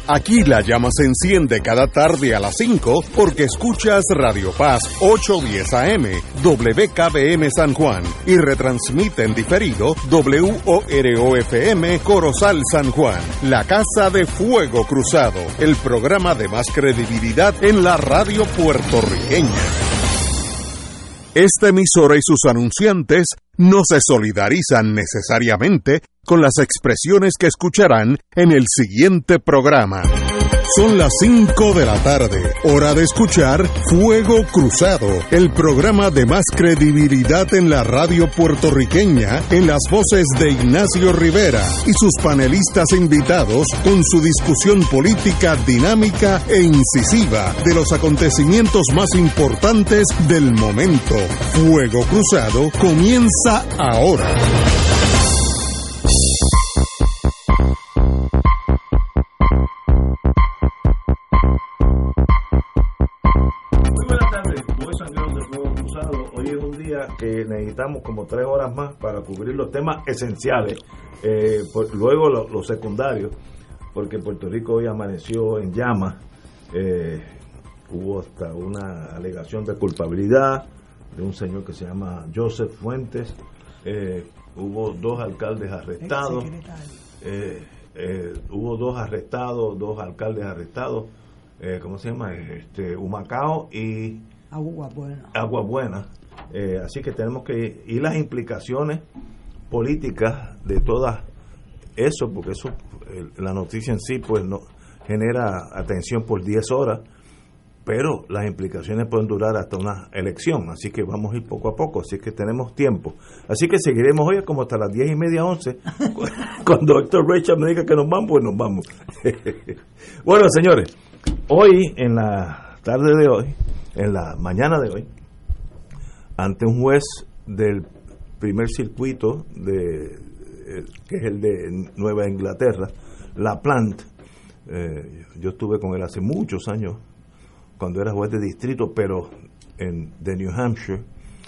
Aquí la llama se enciende cada tarde a las 5 porque escuchas Radio Paz 810 AM, WKBM San Juan y retransmite en diferido WOROFM Corozal San Juan, la Casa de Fuego Cruzado, el programa de más credibilidad en la radio puertorriqueña. Esta emisora y sus anunciantes no se solidarizan necesariamente con las expresiones que escucharán en el siguiente programa. Son las 5 de la tarde, hora de escuchar Fuego Cruzado, el programa de más credibilidad en la radio puertorriqueña, en las voces de Ignacio Rivera y sus panelistas invitados con su discusión política dinámica e incisiva de los acontecimientos más importantes del momento. Fuego Cruzado comienza ahora. Que necesitamos como 3 horas más para cubrir los temas esenciales, luego los secundarios, porque Puerto Rico hoy amaneció en llamas. Hubo hasta una alegación de culpabilidad de un señor que se llama Joseph Fuentes. Hubo 2 alcaldes arrestados, hubo 2 arrestados, 2 alcaldes arrestados, ¿cómo se llama? Humacao y Agua Buena. Así que tenemos que ir las implicaciones políticas de todas eso, porque eso, la noticia en sí pues no genera atención por 10 horas, pero las implicaciones pueden durar hasta una elección, así que vamos a ir poco a poco, así que tenemos tiempo. Así que seguiremos hoy como hasta las 10:30, 11, cuando Héctor Rachel me diga que nos vamos, pues nos vamos. Bueno, señores, hoy, en la tarde de hoy, en la mañana de hoy, ante un juez del primer circuito que es el de Nueva Inglaterra, LaPlante, yo estuve con él hace muchos años cuando era juez de distrito, pero de New Hampshire,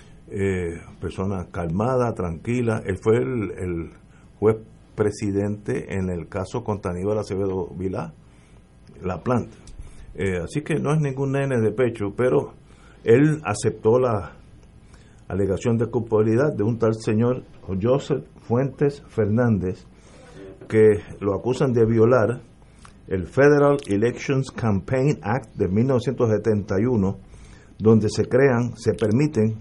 persona calmada, tranquila. Él fue el juez presidente en el caso contra Aníbal Acevedo Vilá, LaPlante, así que no es ningún nene de pecho, pero él aceptó la alegación de culpabilidad de un tal señor Joseph Fuentes Fernández, que lo acusan de violar el Federal Elections Campaign Act de 1971, donde se permiten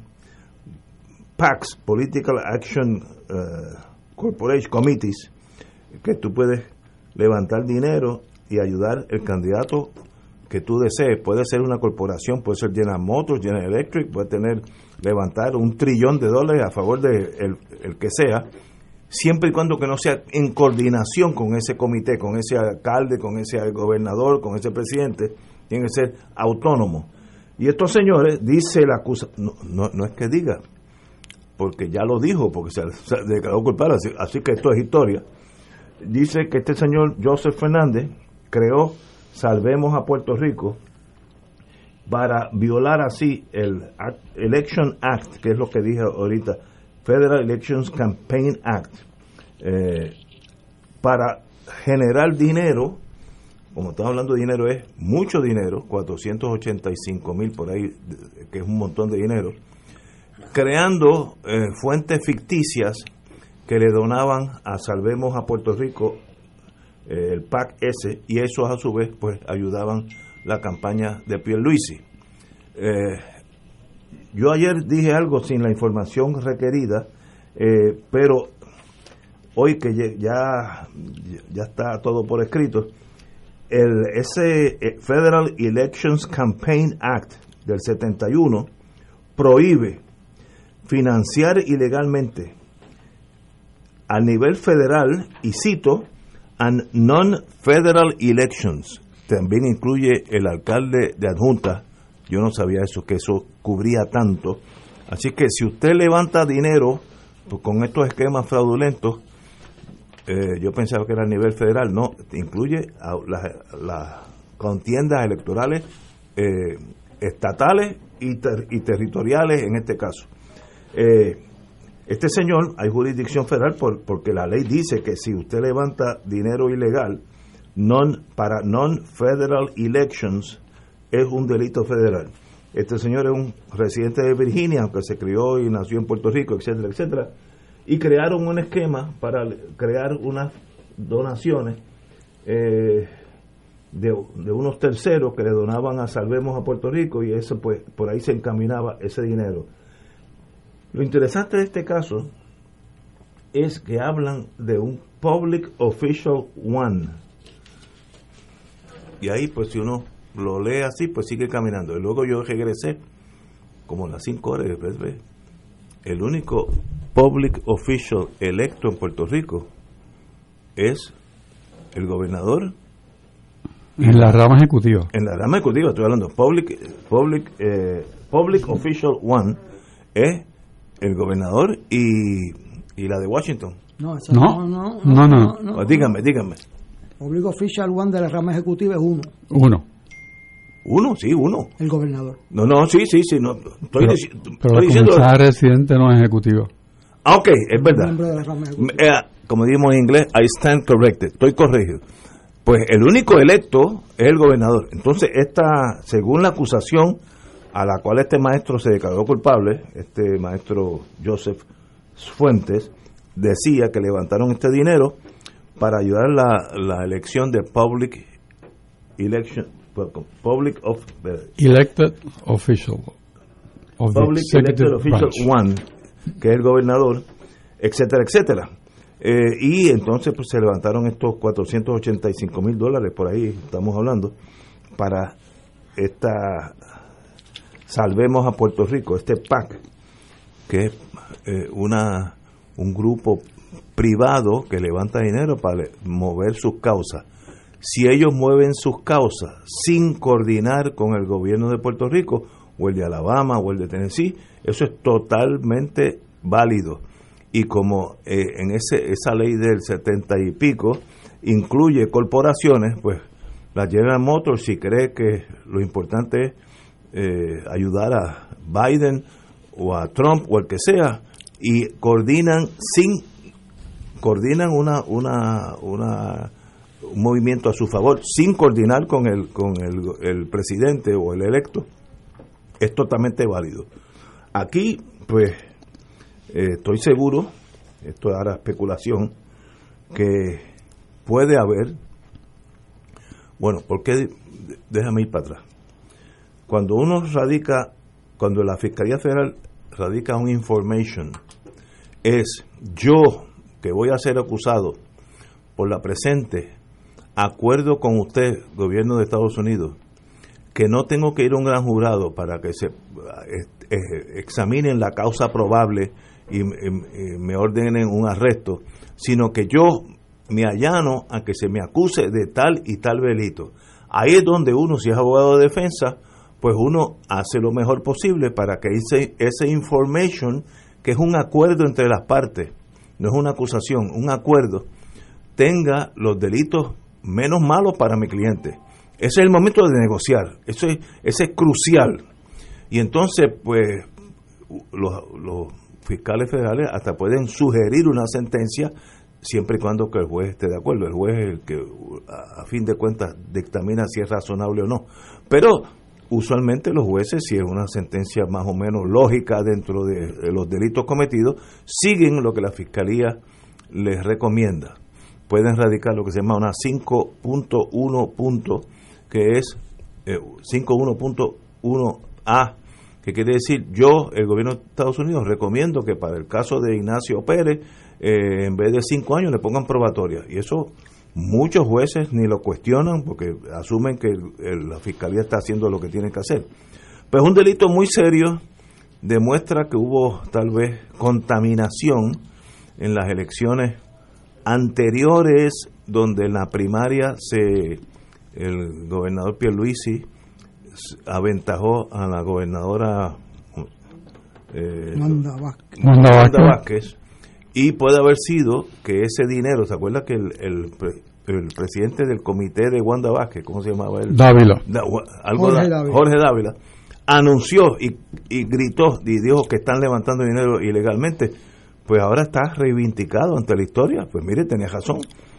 PACs, Political Action Corporation Committees, que tú puedes levantar dinero y ayudar el candidato que tú desees. Puede ser una corporación, puede ser General Motors, General Electric, puede levantar $1 trillón a favor de el que sea, siempre y cuando que no sea en coordinación con ese comité, con ese alcalde, con ese gobernador, con ese presidente. Tiene que ser autónomo. Y estos señores, dice la acusación, no es que diga, porque ya lo dijo, porque se declaró culpable, así que esto es historia. Dice que este señor Joseph Fernández creó Salvemos a Puerto Rico para violar así el Election Act, que es lo que dije ahorita, Federal Elections Campaign Act, para generar dinero. Como estamos hablando de dinero, es mucho dinero, 485,000 por ahí, que es un montón de dinero, creando fuentes ficticias que le donaban a Salvemos a Puerto Rico, el PAC ese, y esos a su vez pues ayudaban la campaña de Pierluisi. Yo ayer dije algo sin la información requerida, pero hoy que ya está todo por escrito, ese Federal Elections Campaign Act del 71 prohíbe financiar ilegalmente a nivel federal, y cito, and non-federal elections. También incluye el alcalde de adjunta. Yo no sabía eso, que eso cubría tanto. Así que si usted levanta dinero pues, con estos esquemas fraudulentos, yo pensaba que era a nivel federal. No, incluye a las contiendas electorales estatales y territoriales en este caso. Este señor, hay jurisdicción federal porque la ley dice que si usted levanta dinero ilegal, para non-federal elections es un delito federal. Este señor es un residente de Virginia, aunque se crió y nació en Puerto Rico, etcétera, etcétera, y crearon un esquema para crear unas donaciones de unos terceros que le donaban a Salvemos a Puerto Rico, y eso, pues, por ahí se encaminaba ese dinero. Lo interesante de este caso es que hablan de un Public Official One, y ahí, pues, si uno lo lee así, pues sigue caminando. Y luego yo regresé como a las 5 horas y después ve, el único public official electo en Puerto Rico es el gobernador. En la rama ejecutiva. En la rama ejecutiva estoy hablando. Public Official One es el gobernador y la de Washington. No. Dígame. Public Official One de la rama ejecutiva es uno. Uno, sí, uno. El gobernador. No, sí. No, pero estoy diciendo. El residente no es ejecutivo. Ok, es verdad. Como decimos en inglés, I stand corrected. Estoy corregido. Pues el único electo es el gobernador. Entonces, según la acusación a la cual este maestro se declaró culpable, este maestro Joseph Fuentes, decía que levantaron este dinero para ayudar la elección de Public Elected Official One, que es el gobernador, etcétera, etcétera. Y entonces, pues, se levantaron estos $485,000, por ahí estamos hablando, para Salvemos a Puerto Rico, este PAC, que es un grupo privado que levanta dinero para mover sus causas. Si ellos mueven sus causas sin coordinar con el gobierno de Puerto Rico, o el de Alabama, o el de Tennessee, eso es totalmente válido. Y como en esa ley del 70 y pico incluye corporaciones, pues la General Motors, si cree que lo importante es ayudar a Biden o a Trump o el que sea, y coordinan un movimiento a su favor sin coordinar con el presidente o el electo, es totalmente válido. Aquí, pues, estoy seguro, esto es ahora especulación, que puede haber, bueno, porque déjame ir para atrás. Cuando la Fiscalía Federal radica un information, es yo que voy a ser acusado por la presente, acuerdo con usted, gobierno de Estados Unidos, que no tengo que ir a un gran jurado para que se examinen la causa probable y me ordenen un arresto, sino que yo me allano a que se me acuse de tal y tal delito. Ahí es donde uno, si es abogado de defensa, pues uno hace lo mejor posible para que ese information, que es un acuerdo entre las partes, no es una acusación, un acuerdo, tenga los delitos menos malos para mi cliente. Ese es el momento de negociar, ese es crucial. Y entonces, pues, los fiscales federales hasta pueden sugerir una sentencia siempre y cuando que el juez esté de acuerdo. El juez es el que, a fin de cuentas, dictamina si es razonable o no. Pero usualmente los jueces, si es una sentencia más o menos lógica dentro de los delitos cometidos, siguen lo que la fiscalía les recomienda. Pueden radicar lo que se llama una 5.1 punto, que es 5.1.1a, que quiere decir, yo, el gobierno de Estados Unidos, recomiendo que para el caso de Ignacio Pérez, en vez de 5 años le pongan probatoria. Y eso muchos jueces ni lo cuestionan porque asumen que la fiscalía está haciendo lo que tiene que hacer. Pues un delito muy serio, demuestra que hubo tal vez contaminación en las elecciones anteriores, donde en la primaria el gobernador Pierluisi aventajó a la gobernadora Wanda Vázquez, y puede haber sido que ese dinero, ¿se acuerda que el presidente del comité de Wanda Vázquez, ¿cómo se llamaba él? Dávila. Jorge Dávila, anunció y gritó y dijo que están levantando dinero ilegalmente? Pues ahora está reivindicado ante la historia. Pues mire, tenía razón.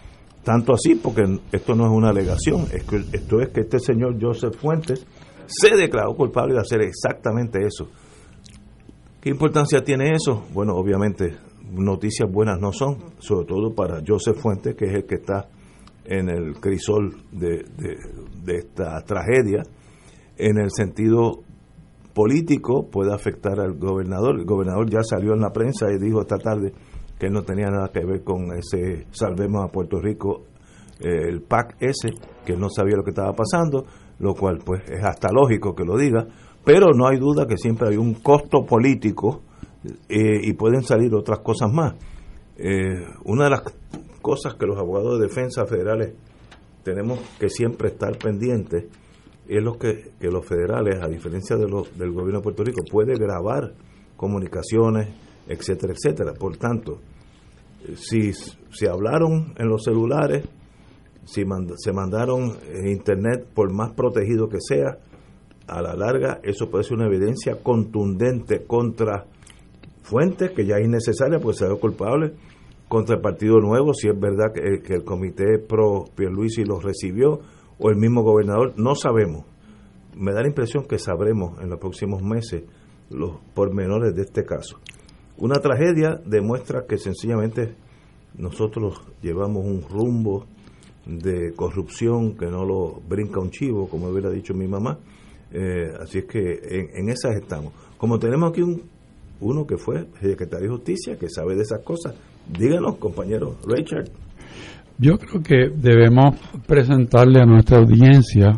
tanto así, porque esto no es una alegación, esto es que este señor Joseph Fuentes se declaró culpable de hacer exactamente eso. ¿Qué importancia tiene eso? Bueno, obviamente noticias buenas no son, sobre todo para Joseph Fuentes, que es el que está en el crisol de esta tragedia. En el sentido político puede afectar al gobernador. El gobernador ya salió en la prensa y dijo esta tarde que él no tenía nada que ver con ese Salvemos a Puerto Rico, el PAC ese, que él no sabía lo que estaba pasando, lo cual pues es hasta lógico que lo diga, pero no hay duda que siempre hay un costo político y pueden salir otras cosas más. Una de las cosas que los abogados de defensa federales tenemos que siempre estar pendientes es que los federales, a diferencia del gobierno de Puerto Rico, puede grabar comunicaciones, etcétera, etcétera. Por tanto, si hablaron en los celulares, si se mandaron en internet, por más protegido que sea, a la larga eso puede ser una evidencia contundente contra Fuentes, que ya es innecesaria porque se ve culpable, contra el Partido Nuevo, si es verdad que el comité pro Pierluisi los recibió, o el mismo gobernador, no sabemos. Me da la impresión que sabremos en los próximos meses los pormenores de este caso. Una tragedia demuestra que sencillamente nosotros llevamos un rumbo de corrupción que no lo brinca un chivo, como hubiera dicho mi mamá. Así es que en esas estamos. Como tenemos aquí uno que fue secretario de Justicia, que sabe de esas cosas, díganos, compañero Richard. Yo creo que debemos presentarle a nuestra audiencia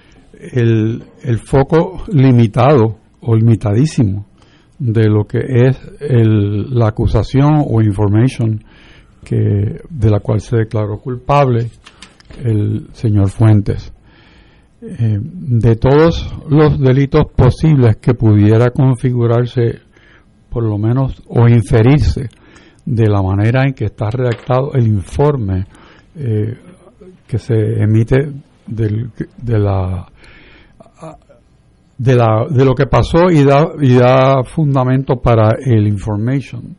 el foco limitado o limitadísimo de lo que es la acusación o information de la cual se declaró culpable el señor Fuentes. De todos los delitos posibles que pudiera configurarse, por lo menos, o inferirse de la manera en que está redactado el informe que se emite de lo que pasó y da fundamento para el information.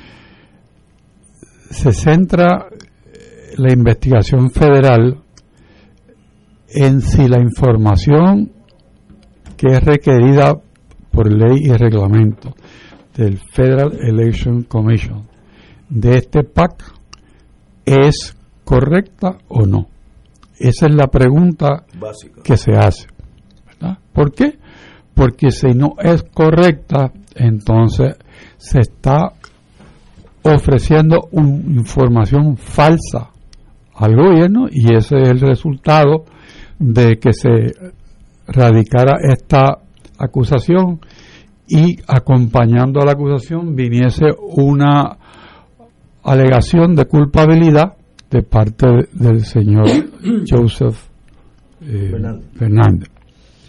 Se centra la investigación federal en si la información que es requerida por ley y reglamento del Federal Election Commission de este PAC es correcta o no. Esa es la pregunta básica que se hace, ¿verdad? ¿Por qué? Porque si no es correcta, entonces se está ofreciendo información falsa al gobierno, y ese es el resultado de que se radicara esta acusación y acompañando a la acusación viniese una alegación de culpabilidad de parte del señor Joseph Fernández.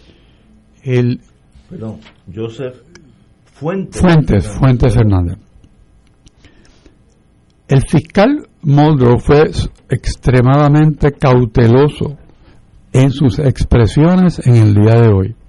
Joseph Fuentes Fernández. El fiscal Muldrow fue extremadamente cauteloso en sus expresiones en el día de hoy.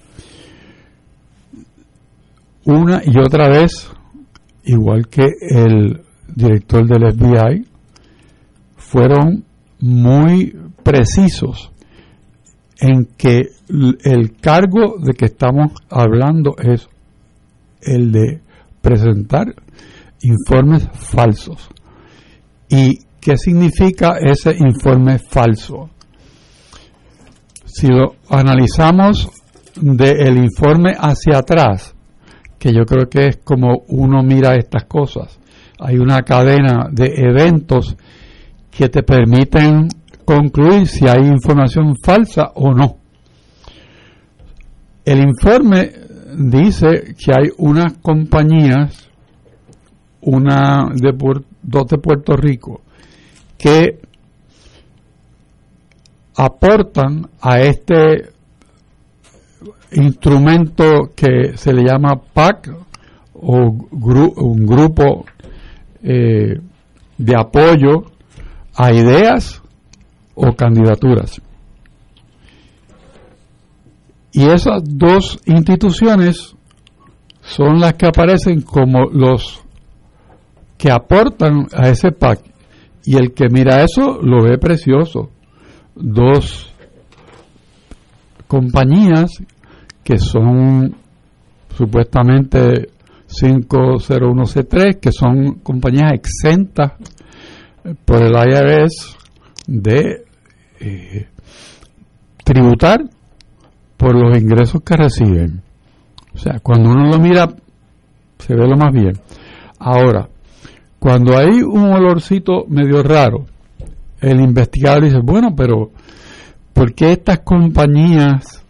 Una y otra vez, igual que el director del FBI, fueron muy precisos en que el cargo de que estamos hablando es el de presentar informes falsos. ¿Y qué significa ese informe falso? Si lo analizamos del informe hacia atrás, que yo creo que es como uno mira estas cosas, hay una cadena de eventos que te permiten concluir si hay información falsa o no. El informe dice que hay unas compañías, dos de Puerto Rico, que aportan a este instrumento que se le llama PAC, o un grupo de apoyo a ideas o candidaturas. Y esas dos instituciones son las que aparecen como los que aportan a ese PAC, Y el que mira eso lo ve precioso. 2 compañías que son supuestamente 501c3, que son compañías exentas por el IRS de tributar por los ingresos que reciben. O sea, cuando uno lo mira, se ve lo más bien. Ahora, cuando hay un olorcito medio raro, el investigador dice, bueno, pero ¿por qué estas compañías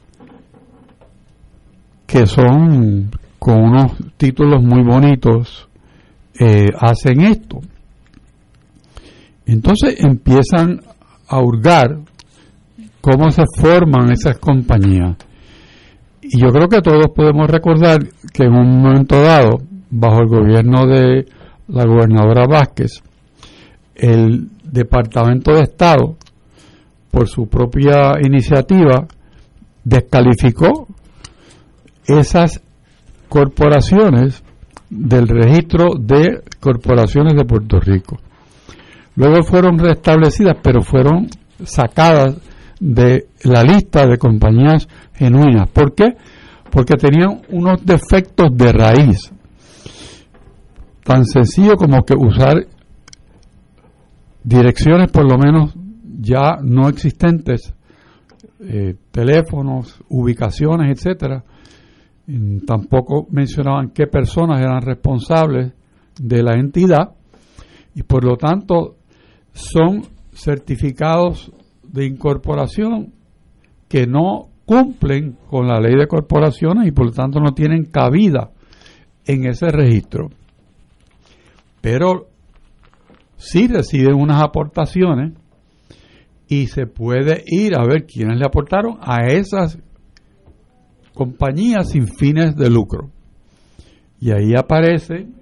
que son con unos títulos muy bonitos hacen esto? Entonces empiezan a hurgar cómo se forman esas compañías. Y yo creo que todos podemos recordar que en un momento dado, bajo el gobierno de la gobernadora Vázquez, el Departamento de Estado, por su propia iniciativa, descalificó esas corporaciones del registro de corporaciones de Puerto Rico. Luego fueron restablecidas, pero fueron sacadas de la lista de compañías genuinas. ¿Por qué? Porque tenían unos defectos de raíz, tan sencillo como que usar direcciones por lo menos ya no existentes, teléfonos, ubicaciones, etcétera. Tampoco mencionaban qué personas eran responsables de la entidad, y por lo tanto son certificados de incorporación que no cumplen con la ley de corporaciones y por lo tanto no tienen cabida en ese registro. Pero sí reciben unas aportaciones y se puede ir a ver quiénes le aportaron a esas compañías sin fines de lucro. Y ahí aparecen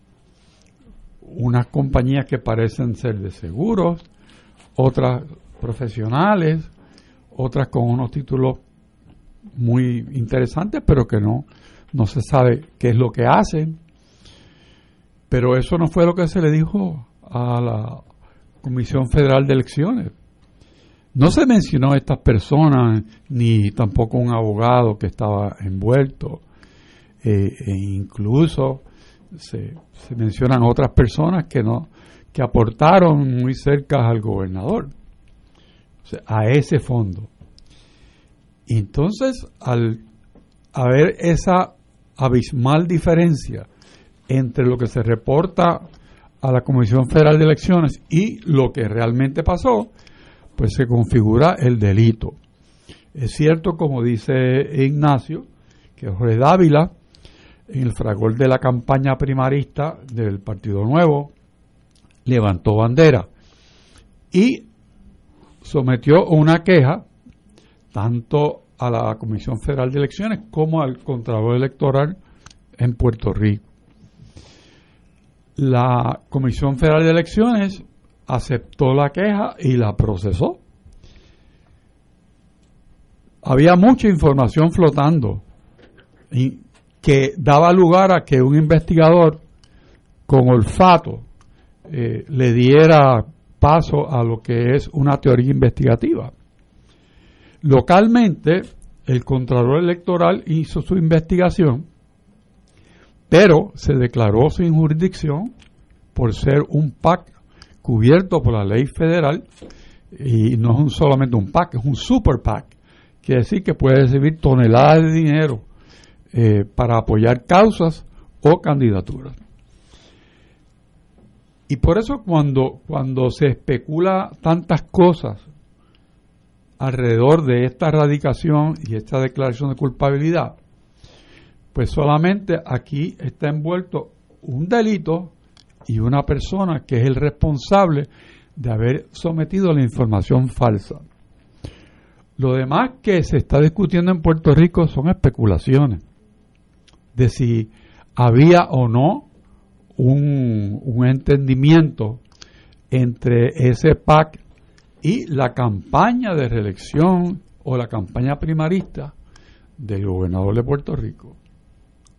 unas compañías que parecen ser de seguros, otras profesionales, otras con unos títulos muy interesantes, pero que no se sabe qué es lo que hacen. Pero eso no fue lo que se le dijo a la Comisión Federal de Elecciones. No se mencionó a estas personas, ni tampoco un abogado que estaba envuelto. E incluso se mencionan otras personas que aportaron muy cerca al gobernador, o sea, a ese fondo. Y entonces, al haber esa abismal diferencia entre lo que se reporta a la Comisión Federal de Elecciones y lo que realmente pasó, pues se configura el delito. Es cierto, como dice Ignacio, que Jorge Dávila, en el fragor de la campaña primarista del Partido Nuevo, levantó bandera y sometió una queja tanto a la Comisión Federal de Elecciones como al Contralor Electoral en Puerto Rico. La Comisión Federal de Elecciones aceptó la queja y la procesó. Había mucha información flotando y que daba lugar a que un investigador con olfato le diera paso a lo que es una teoría investigativa. Localmente, el Contralor Electoral hizo su investigación, pero se declaró sin jurisdicción por ser un PAC cubierto por la ley federal, y no es solamente un PAC, es un super PAC. Quiere decir que puede recibir toneladas de dinero para apoyar causas o candidaturas. Y por eso cuando se especula tantas cosas alrededor de esta radicación y esta declaración de culpabilidad, pues solamente aquí está envuelto un delito y una persona que es el responsable de haber sometido la información falsa. Lo demás que se está discutiendo en Puerto Rico son especulaciones de si había o no un entendimiento entre ese PAC y la campaña de reelección o la campaña primarista del gobernador de Puerto Rico.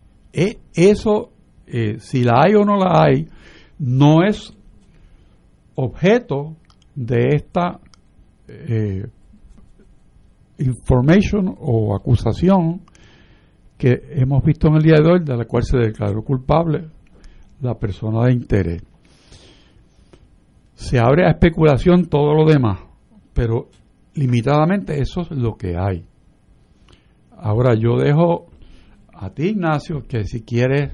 Eso, si la hay o no la hay, no es objeto de esta information o acusación que hemos visto en el día de hoy, de la cual se declaró culpable la persona de interés. Se abre a especulación todo lo demás, pero limitadamente eso es lo que hay. Ahora yo dejo a ti, Ignacio, que si quieres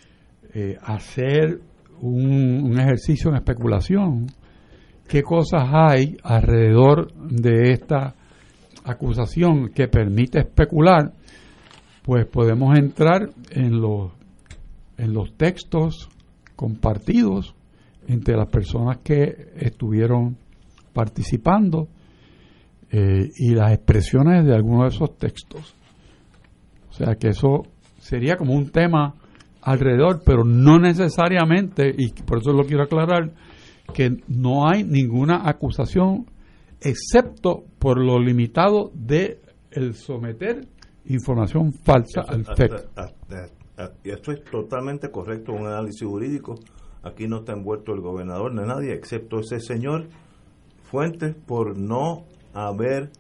hacer un ejercicio en especulación, ¿qué cosas hay alrededor de esta acusación que permite especular? Pues podemos entrar en los textos compartidos entre las personas que estuvieron participando y las expresiones de algunos de esos textos. O sea que eso sería como un tema alrededor, pero no necesariamente, y por eso lo quiero aclarar, que no hay ninguna acusación excepto por lo limitado de el someter información falsa al texto. Y esto es totalmente correcto, un análisis jurídico. Aquí no está envuelto el gobernador ni nadie, excepto ese señor Fuentes, por no haber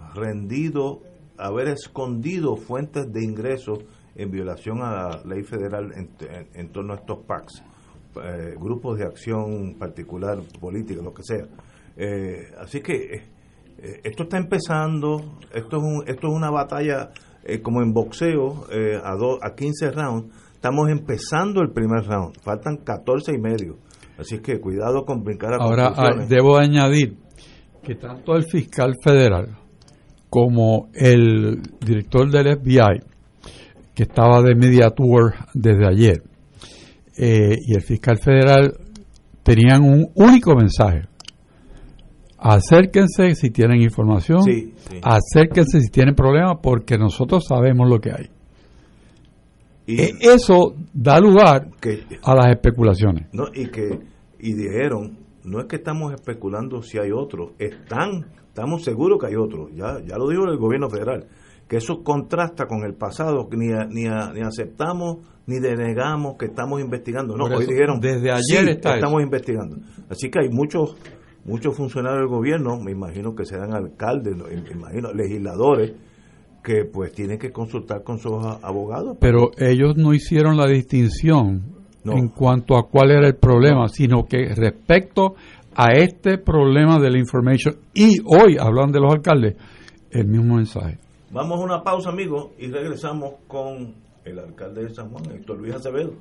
escondido fuentes de ingresos en violación a la ley federal en torno a estos PACs, grupos de acción particular, política, lo que sea. Así que esto está empezando, esto es una batalla como en boxeo, a 15 rounds. Estamos empezando el primer round, faltan 14 y medio, así que cuidado con brincar a conclusiones. Ahora debo añadir que tanto el fiscal federal como el director del FBI, que estaba de media tour desde ayer, y el fiscal federal tenían un único mensaje: acérquense si tienen información, sí. Acérquense si tienen problemas, porque nosotros sabemos lo que hay. Y eso da lugar a las especulaciones. Y dijeron, no es que estamos especulando si hay otro, estamos seguros que hay otro, ya lo dijo el gobierno federal, que eso contrasta con el pasado, ni aceptamos ni denegamos que estamos investigando. No, hoy dijeron, desde ayer estamos investigando. Así que hay muchos funcionarios del gobierno, me imagino que serán alcaldes, me imagino legisladores, que pues tienen que consultar con sus abogados. Pero ellos no hicieron la distinción en cuanto a cuál era el problema, sino que respecto a este problema de la information, y hoy hablan de los alcaldes, el mismo mensaje. Vamos a una pausa, amigos, y regresamos con el alcalde de San Juan, Héctor Luis Acevedo.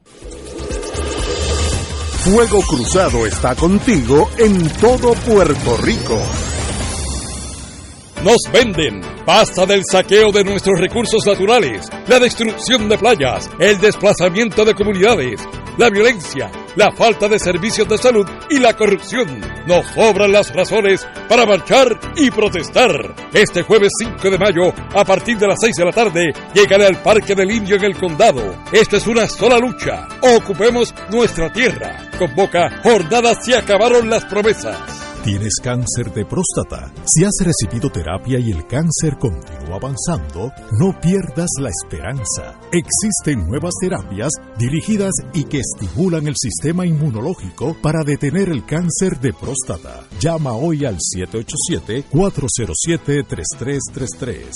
Fuego Cruzado está contigo en todo Puerto Rico. Nos venden. Basta del saqueo de nuestros recursos naturales, la destrucción de playas, el desplazamiento de comunidades, la violencia, la falta de servicios de salud y la corrupción. Nos sobran las razones para marchar y protestar. Este jueves 5 de mayo, a partir de las 6 de la tarde, llegaré al Parque del Indio en el Condado. Esta es una sola lucha. Ocupemos nuestra tierra. Convoca Jornadas Se Acabaron las Promesas. ¿Tienes cáncer de próstata? Si has recibido terapia y el cáncer continúa avanzando, no pierdas la esperanza. Existen nuevas terapias dirigidas y que estimulan el sistema inmunológico para detener el cáncer de próstata. Llama hoy al 787-407-3333.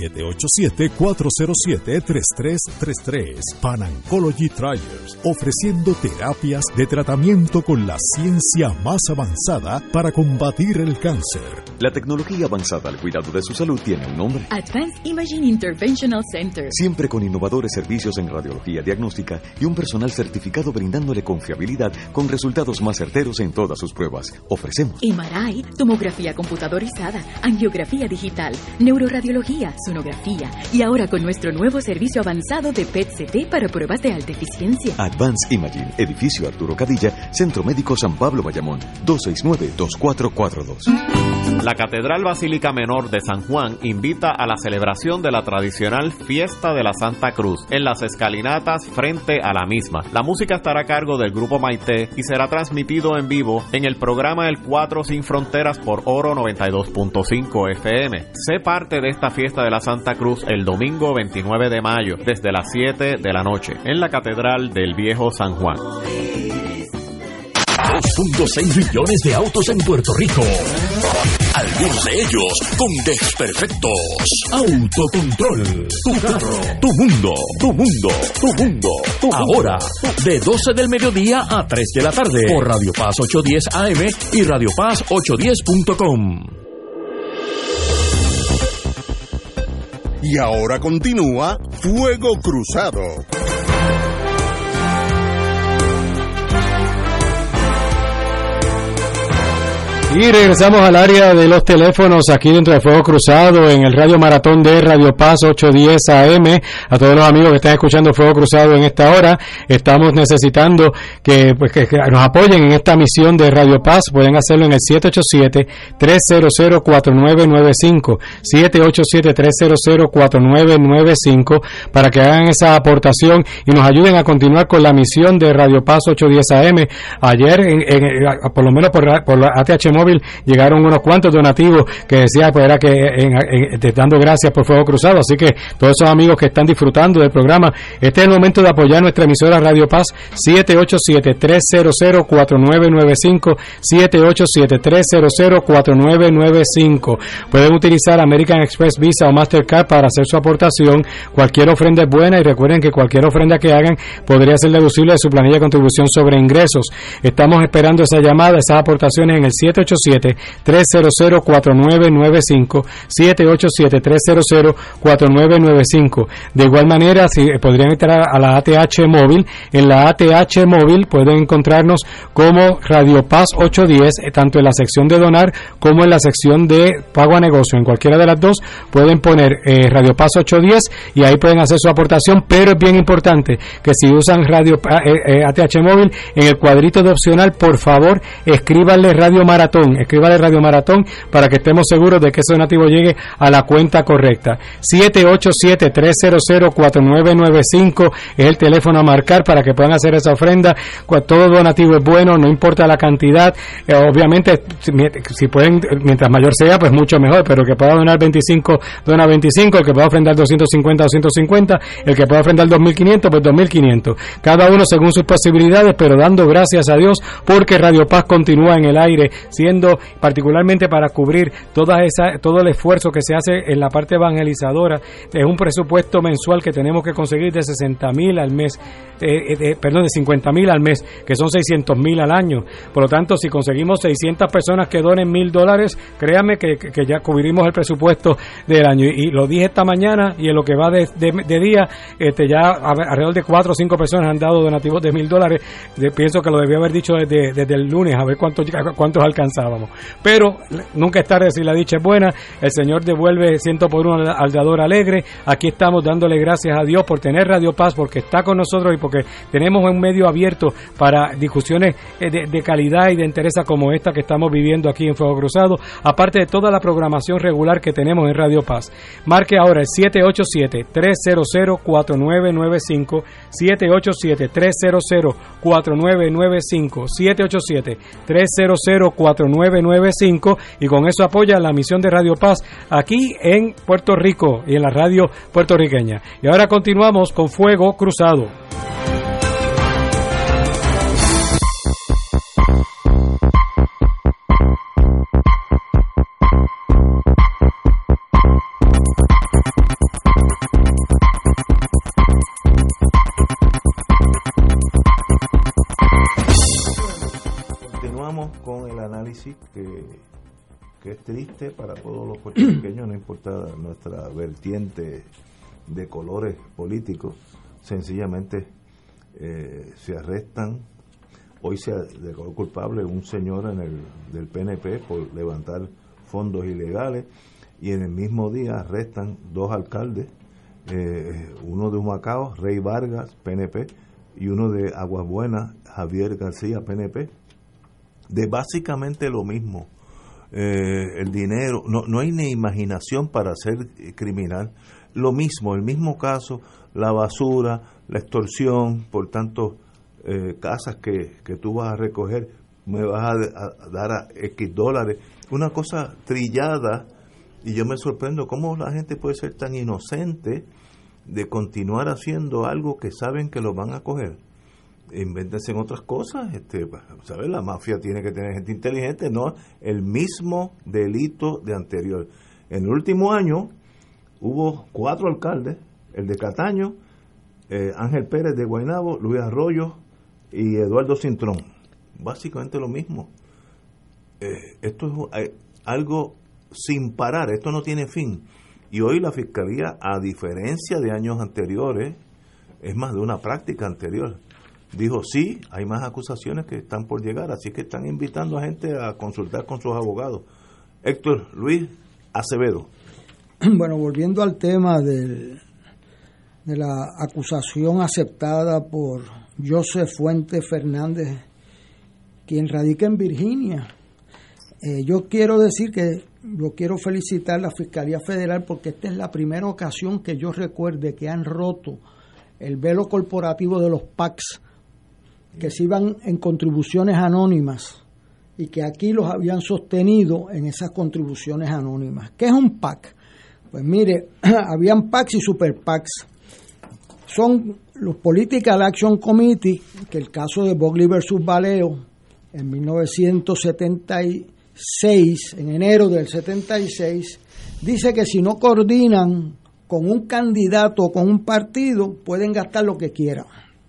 787-407-3333. Pan Oncology Trials, ofreciendo terapias de tratamiento con la ciencia más avanzada para combatir el cáncer. La tecnología avanzada al cuidado de su salud tiene un nombre: Advanced Imaging Interventional Center. Siempre con innovadores servicios en radiología diagnóstica y un personal certificado brindándole confiabilidad con resultados más certeros en todas sus pruebas. Ofrecemos MRI, tomografía computadorizada, angiografía digital, neuroradiología, sonografía y ahora con nuestro nuevo servicio avanzado de PET-CT para pruebas de alta eficiencia. Advanced Imaging, edificio Arturo Cadilla, Centro Médico San Pablo Bayamón, 269-2442. La Catedral Basílica Menor de San Juan invita a la celebración de la tradicional Fiesta de la Santa Cruz en las escalinatas frente a la misma. La música estará a cargo del Grupo Maite y será transmitido en vivo en el programa El 4 Sin Fronteras por Oro 92.5 FM. Sé parte de esta Fiesta de la Santa Cruz el domingo 29 de mayo desde las 7 de la noche en la Catedral del Viejo San Juan. 2.6 millones de autos en Puerto Rico. Algunos de ellos con desperfectos. Autocontrol. Tu carro. Tu mundo. Tu mundo. Tu mundo. Ahora, de 12 del mediodía a 3 de la tarde. Por Radio Paz 810 AM y Radio Paz 810.com. Y ahora continúa Fuego Cruzado. Y regresamos al área de los teléfonos aquí dentro de Fuego Cruzado en el Radio Maratón de Radio Paz 810 AM. A todos los amigos que están escuchando Fuego Cruzado en esta hora, estamos necesitando que nos apoyen en esta misión de Radio Paz. Pueden hacerlo en el 787-300-4995, 787-300-4995, para que hagan esa aportación y nos ayuden a continuar con la misión de Radio Paz 810 AM. Ayer, por lo menos por la ATH Móvil, llegaron unos cuantos donativos que decía pues era que dando gracias por Fuego Cruzado, así que todos esos amigos que están disfrutando del programa, este es el momento de apoyar nuestra emisora Radio Paz. 787-300-4995, 787-300-4995. Pueden utilizar American Express, Visa o Mastercard para hacer su aportación. Cualquier ofrenda es buena y recuerden que cualquier ofrenda que hagan podría ser deducible de su planilla de contribución sobre ingresos. Estamos esperando esa llamada, esas aportaciones en el 787-300-4995, 787-300-4995. De igual manera, si podrían entrar a la ATH Móvil, en la ATH Móvil pueden encontrarnos como Radio Paz 810, tanto en la sección de donar como en la sección de pago a negocio. En cualquiera de las dos pueden poner Radio Paz 810 y ahí pueden hacer su aportación, pero es bien importante que si usan Radio ATH Móvil, en el cuadrito de opcional, por favor, escríbanle Radio Maratón para que estemos seguros de que ese donativo llegue a la cuenta correcta. 787-300-4995 es el teléfono a marcar para que puedan hacer esa ofrenda. Todo donativo es bueno, no importa la cantidad. Obviamente, si pueden, mientras mayor sea, pues mucho mejor, pero el que pueda donar 25, dona 25, el que pueda ofrendar 250, 250, el que pueda ofrendar 2.500, pues 2.500. Cada uno según sus posibilidades, pero dando gracias a Dios porque Radio Paz continúa en el aire, siendo particularmente para cubrir todo el esfuerzo que se hace en la parte evangelizadora. Es un presupuesto mensual que tenemos que conseguir de 60,000 al mes, de 50,000 al mes, que son 600,000 al año. Por lo tanto, si conseguimos 600 personas que donen $1,000, créanme que ya cubrimos el presupuesto del año. Y lo dije esta mañana, y en lo que va de día, ya alrededor de 4 o 5 personas han dado donativos de $1,000. Pienso que lo debía haber dicho desde el lunes, a ver cuántos alcanzábamos. Pero nunca es tarde si la dicha es buena. El Señor devuelve 100 por 1 al dador alegre. Aquí estamos dándole gracias a Dios por tener Radio Paz, porque está con nosotros y porque tenemos un medio abierto para discusiones de calidad y de interés como esta que estamos viviendo aquí en Fuego Cruzado, aparte de toda la programación regular que tenemos en Radio Paz. Marque ahora el 787-300-4995, 787-300-4995, 787-300-4995, y con eso apoya la misión de Radio Paz aquí en Puerto Rico y en la radio puertorriqueña. Y ahora continuamos con Fuego Cruzado. Continuamos con el análisis que es triste para todos los puertorriqueños, no importa nuestra vertiente de colores políticos. Sencillamente se arrestan. Hoy se declaró culpable un señor del PNP por levantar fondos ilegales, y en el mismo día arrestan 2 alcaldes, uno de Humacao, Rey Vargas, PNP, y uno de Aguas Buenas, Javier García, PNP, de básicamente lo mismo. El dinero, no hay ni imaginación para ser criminal. Lo mismo, el mismo caso, la basura, la extorsión, por tanto, casas que tú vas a recoger, me vas a dar a X dólares, una cosa trillada. Y yo me sorprendo cómo la gente puede ser tan inocente de continuar haciendo algo que saben que lo van a coger. invéntense en otras cosas, ¿sabes? La mafia tiene que tener gente inteligente, no el mismo delito de anterior. En el último año hubo 4 alcaldes, el de Cataño, Ángel Pérez de Guaynabo, Luis Arroyo y Eduardo Cintrón. Básicamente lo mismo. Esto es algo sin parar, esto no tiene fin. Y hoy la Fiscalía, a diferencia de años anteriores, es más de una práctica anterior, dijo sí, hay más acusaciones que están por llegar, así que están invitando a gente a consultar con sus abogados. Héctor Luis Acevedo. Bueno, volviendo al tema de la acusación aceptada por Joseph Fuentes Fernández, quien radica en Virginia. Yo quiero decir que yo quiero felicitar a la Fiscalía Federal porque esta es la primera ocasión que yo recuerde que han roto el velo corporativo de los PACs, que se iban en contribuciones anónimas y que aquí los habían sostenido en esas contribuciones anónimas. ¿Qué es un PAC? Pues mire, habían PACs y super PACs. Son los Political Action Committee, que el caso de Buckley versus Valeo en 1976, en enero del 76, dice que si no coordinan con un candidato o con un partido, pueden gastar lo que quieran.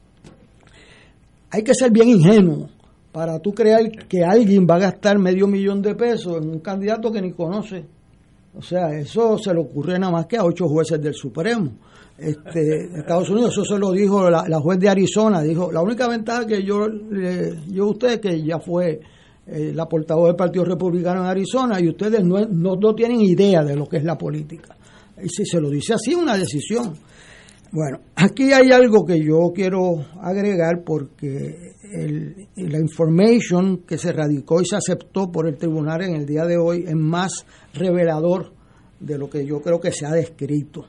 Hay que ser bien ingenuo para tú creer que alguien va a gastar $500,000 en un candidato que ni conoce. O sea, eso se le ocurre nada más que a 8 jueces del Supremo. Estados Unidos, eso se lo dijo la juez de Arizona, dijo, la única ventaja que yo a usted, que ya fue la portavoz del Partido Republicano en Arizona, y ustedes no tienen idea de lo que es la política. Y si se lo dice así, una decisión. Bueno, aquí hay algo que yo quiero agregar porque la information que se radicó y se aceptó por el tribunal en el día de hoy es más revelador de lo que yo creo que se ha descrito.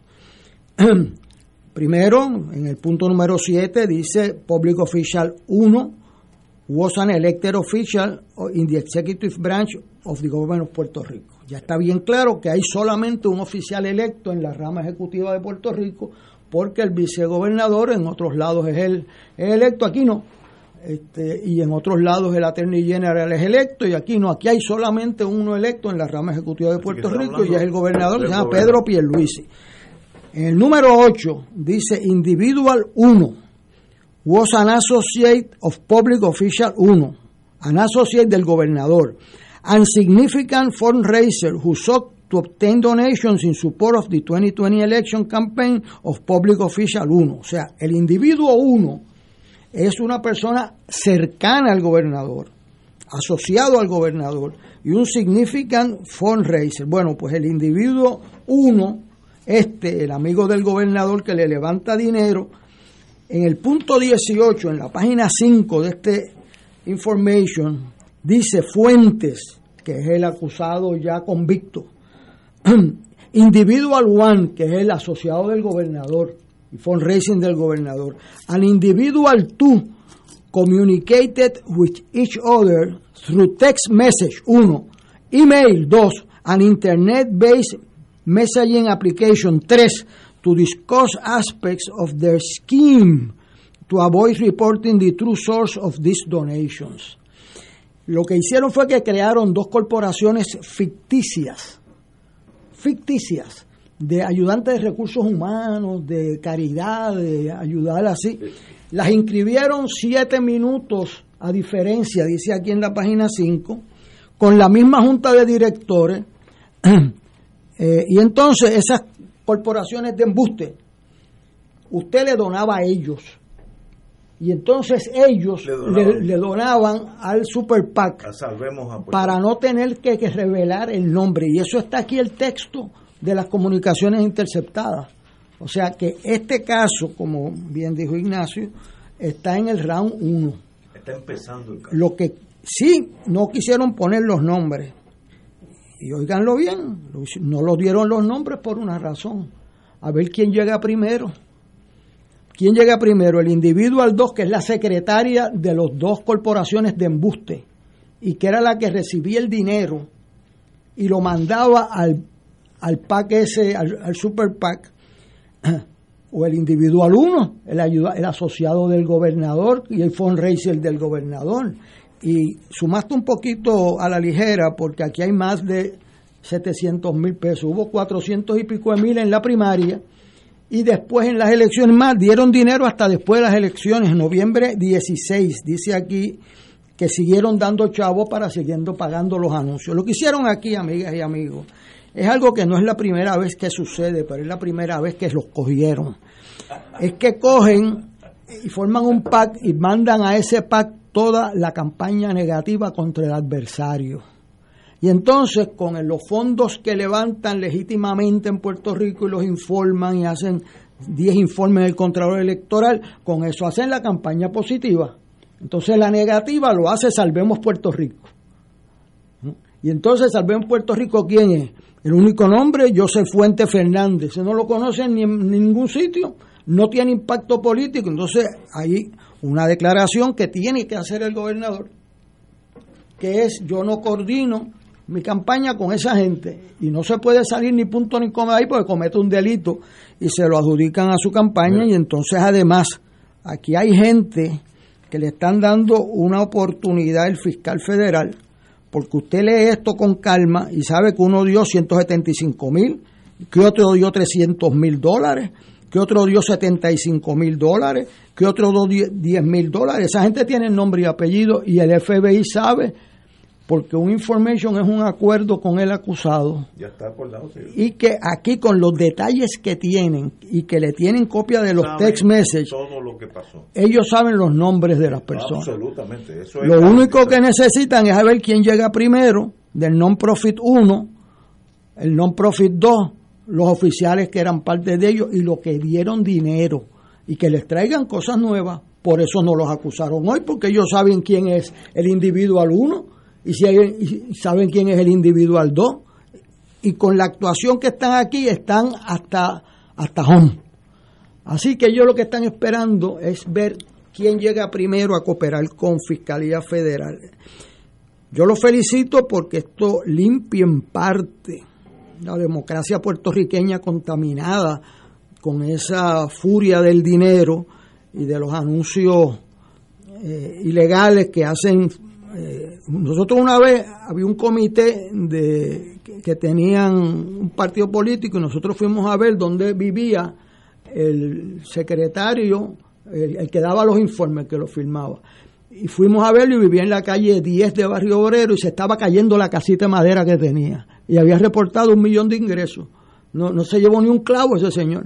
Primero, en el punto número 7 dice Public Official 1 was an elected official in the executive branch of the government of Puerto Rico. Ya está bien claro que hay solamente un oficial electo en la rama ejecutiva de Puerto Rico, porque el vicegobernador en otros lados es electo, aquí no. Y en otros lados el Attorney General es electo, y aquí no. Aquí hay solamente uno electo en la rama ejecutiva de Puerto Rico, y es el gobernador, que se llama Pedro Pierluisi. En el número 8 dice Individual 1 was an associate of Public Official 1, an associate del gobernador, and significant fundraiser who sought to obtain donations in support of the 2020 election campaign of Public Official 1. O sea, el individuo 1 es una persona cercana al gobernador, asociado al gobernador, y un significant fundraiser. Bueno, pues el individuo 1, el amigo del gobernador que le levanta dinero, en el punto 18, en la página 5 de este information, dice Fuentes, que es el acusado ya convicto, Individual 1, que es el asociado del gobernador y fundraising del gobernador, and Individual 2 communicated with each other through text message 1, email 2, and internet-based messaging application 3 to discuss aspects of their scheme to avoid reporting the true source of these donations. Lo que hicieron fue que crearon 2 corporaciones ficticias de ayudantes de recursos humanos, de caridad, de ayudar así. Las inscribieron 7 minutos a diferencia, dice aquí en la página 5, con la misma junta de directores. Y entonces esas corporaciones de embuste, usted le donaba a ellos. Y entonces ellos le donaban al Super PAC para no tener que revelar el nombre. Y eso está aquí el texto de las comunicaciones interceptadas. O sea que este caso, como bien dijo Ignacio, está en el round 1. Está empezando el caso. Lo que sí no quisieron poner los nombres. Y óiganlo bien, no los dieron los nombres por una razón. A ver quién llega primero. ¿Quién llega primero? El Individual 2, que es la secretaria de las 2 corporaciones de embuste, y que era la que recibía el dinero y lo mandaba al PAC ese, al Super PAC, o el individual 1, el asociado del gobernador y el fundraiser del gobernador. Y sumaste un poquito a la ligera, porque aquí hay más de 700,000 pesos. Hubo 400 y pico de mil en la primaria, y después en las elecciones más, dieron dinero hasta después de las elecciones, en noviembre 16, dice aquí, que siguieron dando chavos para siguiendo pagando los anuncios. Lo que hicieron aquí, amigas y amigos, es algo que no es la primera vez que sucede, pero es la primera vez que los cogieron. Es que cogen y forman un PAC y mandan a ese PAC toda la campaña negativa contra el adversario. Y entonces, con los fondos que levantan legítimamente en Puerto Rico y los informan y hacen 10 informes del Contralor Electoral, con eso hacen la campaña positiva. Entonces la negativa lo hace Salvemos Puerto Rico. Y entonces Salvemos Puerto Rico, ¿quién es? El único nombre, Joseph Fuentes Fernández. No lo conocen ni en ningún sitio, no tiene impacto político. Entonces hay una declaración que tiene que hacer el gobernador, que es: yo no coordino mi campaña con esa gente, y no se puede salir ni punto ni coma ahí porque comete un delito y se lo adjudican a su campaña. Y entonces, además, aquí hay gente que le están dando una oportunidad al fiscal federal, porque usted lee esto con calma y sabe que uno dio 175,000, que otro dio $300,000, que otro dio $75,000, que otro dio $10,000. Esa gente tiene nombre y apellido, y el FBI sabe, porque un information es un acuerdo con el acusado. Ya está acordado, sí. Y que aquí, con los detalles que tienen y que le tienen copia de los text messages, todo lo que pasó, ellos saben los nombres de las personas. Absolutamente. Eso es lo único que necesitan es saber quién llega primero del non-profit 1, el non-profit 2, los oficiales que eran parte de ellos y los que dieron dinero, y que les traigan cosas nuevas. Por eso no los acusaron hoy, porque ellos saben quién es el individual 1 y saben quién es el individual 2, y con la actuación que están aquí están hasta home. Así que ellos lo que están esperando es ver quién llega primero a cooperar con Fiscalía Federal. Yo los felicito porque esto limpia en parte la democracia puertorriqueña contaminada con esa furia del dinero y de los anuncios ilegales que hacen. Nosotros una vez había un comité que tenían un partido político, y nosotros fuimos a ver dónde vivía el secretario, el que daba los informes, que los firmaba. Y fuimos a verlo, y vivía en la calle 10 de Barrio Obrero, y se estaba cayendo la casita de madera que tenía. Y había reportado 1 millón de ingresos. No se llevó ni un clavo ese señor.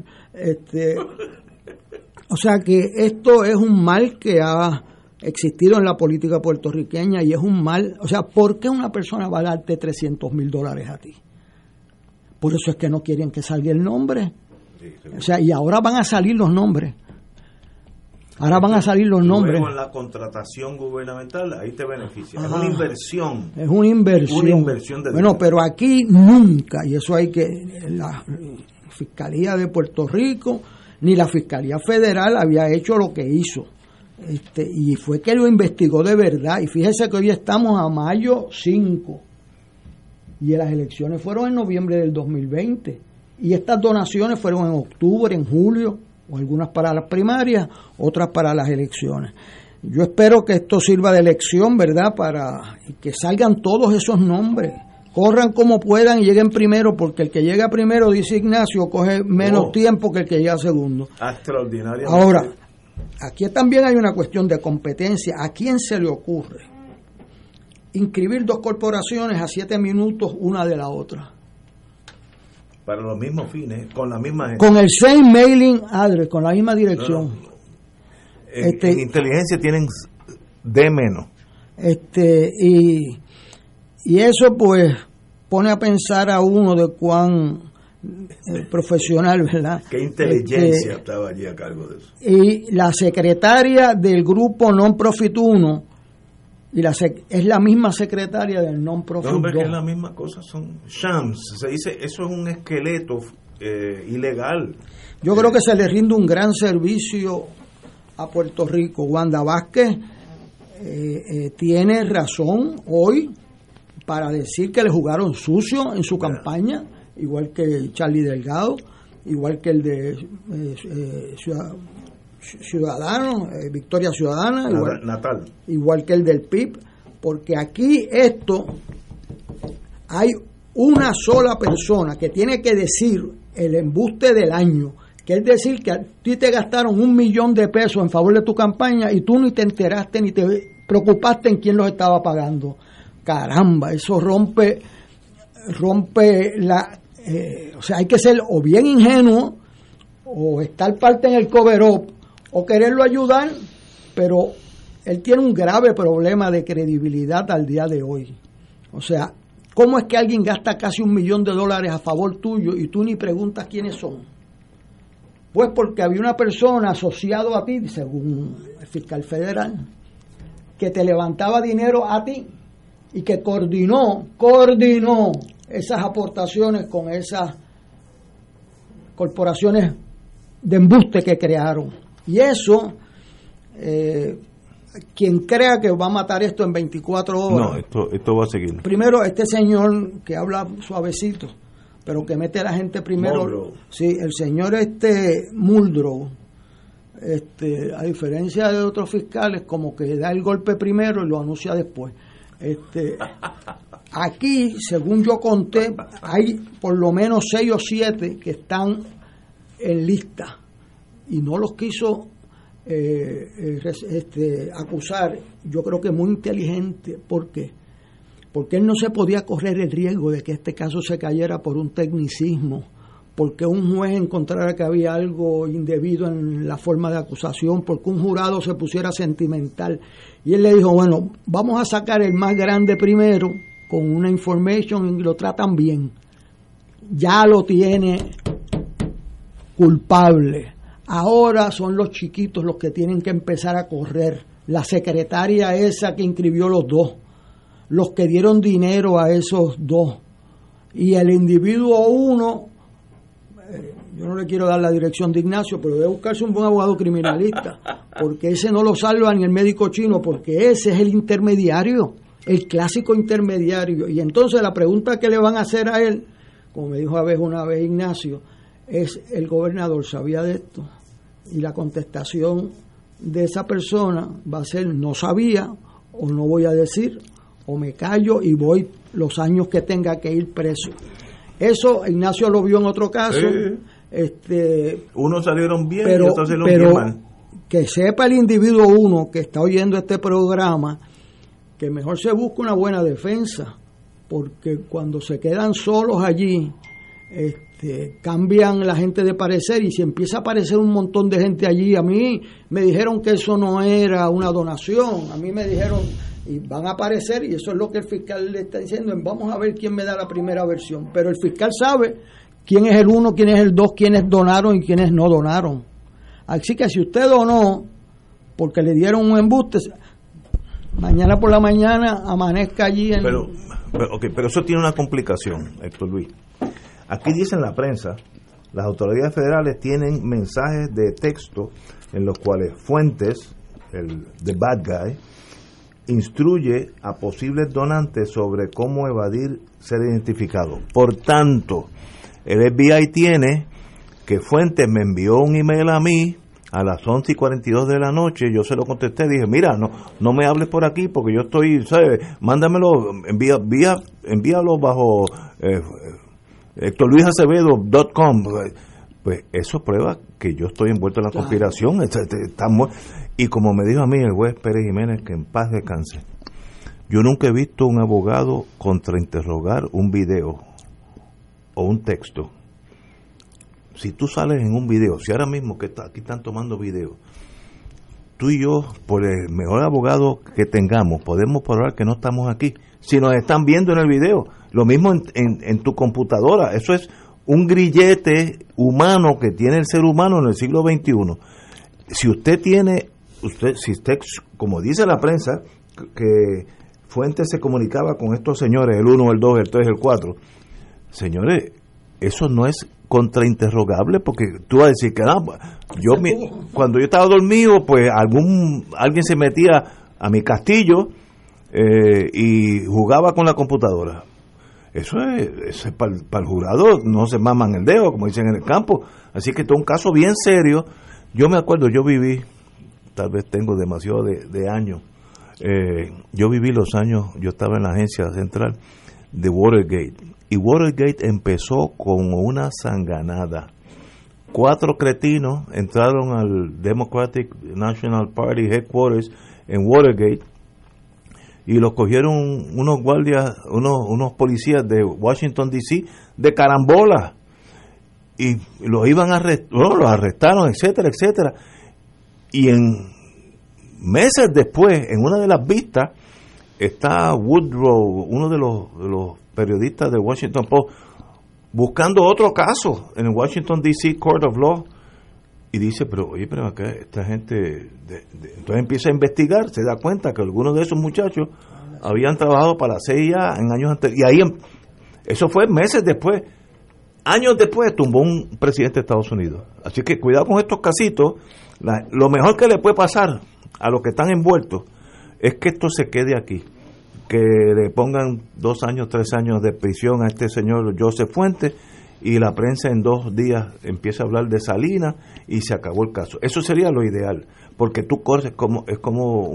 O sea que esto es un mal que ha existido en la política puertorriqueña, y es un mal. O sea, ¿por qué una persona va a darte $300,000 a ti? Por eso es que no quieren que salga el nombre. O sea, y ahora van a salir los nombres. Ahora van a salir los nombres. Luego en la contratación gubernamental, ahí te beneficia. Es una inversión. Es una inversión. Una inversión de bueno, dinero. Pero aquí nunca, y eso hay que. La Fiscalía de Puerto Rico ni la Fiscalía Federal había hecho lo que hizo. Y fue que lo investigó de verdad. Y fíjese que hoy estamos a mayo 5 y las elecciones fueron en noviembre del 2020, y estas donaciones fueron en octubre, en julio, o algunas para las primarias, otras para las elecciones. Yo espero que esto sirva de lección, ¿verdad?, para que salgan todos esos nombres, corran como puedan y lleguen primero, porque el que llega primero, dice Ignacio, coge menos tiempo que el que llega segundo. Extraordinario. Ahora, aquí también hay una cuestión de competencia. ¿A quién se le ocurre inscribir 2 corporaciones a 7 minutos una de la otra? Para los mismos fines, con la misma gente. Con el same mailing address, con la misma dirección. En inteligencia tienen de menos. Y eso pues pone a pensar a uno de cuán profesional, ¿verdad? Qué inteligencia estaba allí a cargo de eso. Y la secretaria del grupo Non-Profit 1 es la misma secretaria del Non-Profit 2. Que es la misma cosa, son shams. Se dice, eso es un esqueleto ilegal. Yo creo que se le rinde un gran servicio a Puerto Rico. Wanda Vázquez tiene razón hoy para decir que le jugaron sucio en su campaña, igual que Charlie Delgado, igual que el de Ciudadanos, Victoria Ciudadana, igual que el del PIB, porque aquí hay una sola persona que tiene que decir el embuste del año, que es decir que a ti te gastaron $1,000,000 en favor de tu campaña y tú ni te enteraste ni te preocupaste en quién los estaba pagando. Caramba, eso rompe o sea, hay que ser o bien ingenuo o estar parte en el cover-up o quererlo ayudar, pero él tiene un grave problema de credibilidad al día de hoy. O sea, ¿cómo es que alguien gasta casi $1,000,000 a favor tuyo y tú ni preguntas quiénes son? Pues porque había una persona asociada a ti, según el fiscal federal, que te levantaba dinero a ti y que coordinó esas aportaciones con esas corporaciones de embuste que crearon. Y eso, quien crea que va a matar esto en 24 horas... No, esto va a seguir. Primero, este señor que habla suavecito, pero que mete a la gente primero... Muldrow. Sí, el señor Muldrow, a diferencia de otros fiscales, como que da el golpe primero y lo anuncia después. Aquí, según yo conté, hay por lo menos 6 o 7 que están en lista y no los quiso acusar. Yo creo que muy inteligente. ¿Por qué? Porque él no se podía correr el riesgo de que este caso se cayera por un tecnicismo, porque un juez encontrara que había algo indebido en la forma de acusación, porque un jurado se pusiera sentimental. Y él le dijo, bueno, vamos a sacar el más grande primero con una information y lo tratan bien. Ya lo tiene culpable. Ahora son los chiquitos los que tienen que empezar a correr. La secretaria esa que inscribió los dos, los que dieron dinero a esos dos, y el individuo 1, yo no le quiero dar la dirección de Ignacio, pero debe buscarse un buen abogado criminalista, porque ese no lo salva ni el médico chino, porque ese es el intermediario, el clásico intermediario. Y entonces la pregunta que le van a hacer a él, como me dijo una vez Ignacio, es: ¿el gobernador sabía de esto? Y la contestación de esa persona va a ser: no sabía, o no voy a decir, o me callo y voy los años que tenga que ir preso. Eso Ignacio lo vio en otro caso. Unos salieron bien y otros salieron bien mal. Que sepa el individuo 1 que está oyendo este programa que mejor se busque una buena defensa, porque cuando se quedan solos allí, cambian la gente de parecer, y si empieza a aparecer un montón de gente allí, a mí me dijeron que eso no era una donación, a mí me dijeron, y van a aparecer, y eso es lo que el fiscal le está diciendo, vamos a ver quién me da la primera versión, pero el fiscal sabe quién es el 1, quién es el 2, quiénes donaron y quiénes no donaron. Así que si usted donó porque le dieron un embuste, mañana por la mañana amanezca allí en... Pero eso tiene una complicación, Héctor Luis. Aquí dice en la prensa, las autoridades federales tienen mensajes de texto en los cuales Fuentes, the bad guy, instruye a posibles donantes sobre cómo evadir ser identificados. Por tanto, el FBI tiene que Fuentes me envió un email a mí a las 11:42 de la noche, yo se lo contesté, dije, mira, no me hables por aquí porque yo estoy, ¿sabes? Mándamelo, envíalo bajo HectorLuisAcevedo.com. Pues eso prueba que yo estoy envuelto en la conspiración. Y como me dijo a mí el juez Pérez Jiménez, que en paz descanse, yo nunca he visto un abogado contrainterrogar un video o un texto. Si tú sales en un video, si ahora mismo que aquí están tomando video, tú y yo, por el mejor abogado que tengamos, podemos probar que no estamos aquí. Si nos están viendo en el video, lo mismo en tu computadora, eso es un grillete humano que tiene el ser humano en el siglo XXI. Si usted, como dice la prensa, que Fuentes se comunicaba con estos señores, el 1, el 2, el 3, el 4, señores, eso no es contrainterrogable, porque tú vas a decir que cuando yo estaba dormido, pues alguien se metía a mi castillo y jugaba con la computadora. eso es para el jurado, no se maman el dedo, como dicen en el campo. Así que esto es un caso bien serio. Yo me acuerdo, yo viví, tal vez tengo demasiado de años, yo viví los años, yo estaba en la agencia central de Watergate, y Watergate empezó como una sanganada. 4 cretinos entraron al Democratic National Party Headquarters en Watergate y los cogieron unos guardias, unos policías de Washington D.C. de carambola, y los iban a los arrestaron, etcétera, etcétera. Y meses después, en una de las vistas, está Woodrow, uno de los periodistas de Washington Post, buscando otro caso en el Washington D.C. Court of Law, y dice, pero acá esta gente, entonces empieza a investigar, se da cuenta que algunos de esos muchachos habían trabajado para la CIA en años anteriores, y ahí eso fue meses después, años después tumbó un presidente de Estados Unidos. Así que cuidado con estos casitos. Lo mejor que le puede pasar a los que están envueltos es que esto se quede aquí, que le pongan 2 años, 3 años de prisión a este señor Joseph Fuentes, y la prensa en 2 días empieza a hablar de Salinas y se acabó el caso. Eso sería lo ideal, porque tú corres es como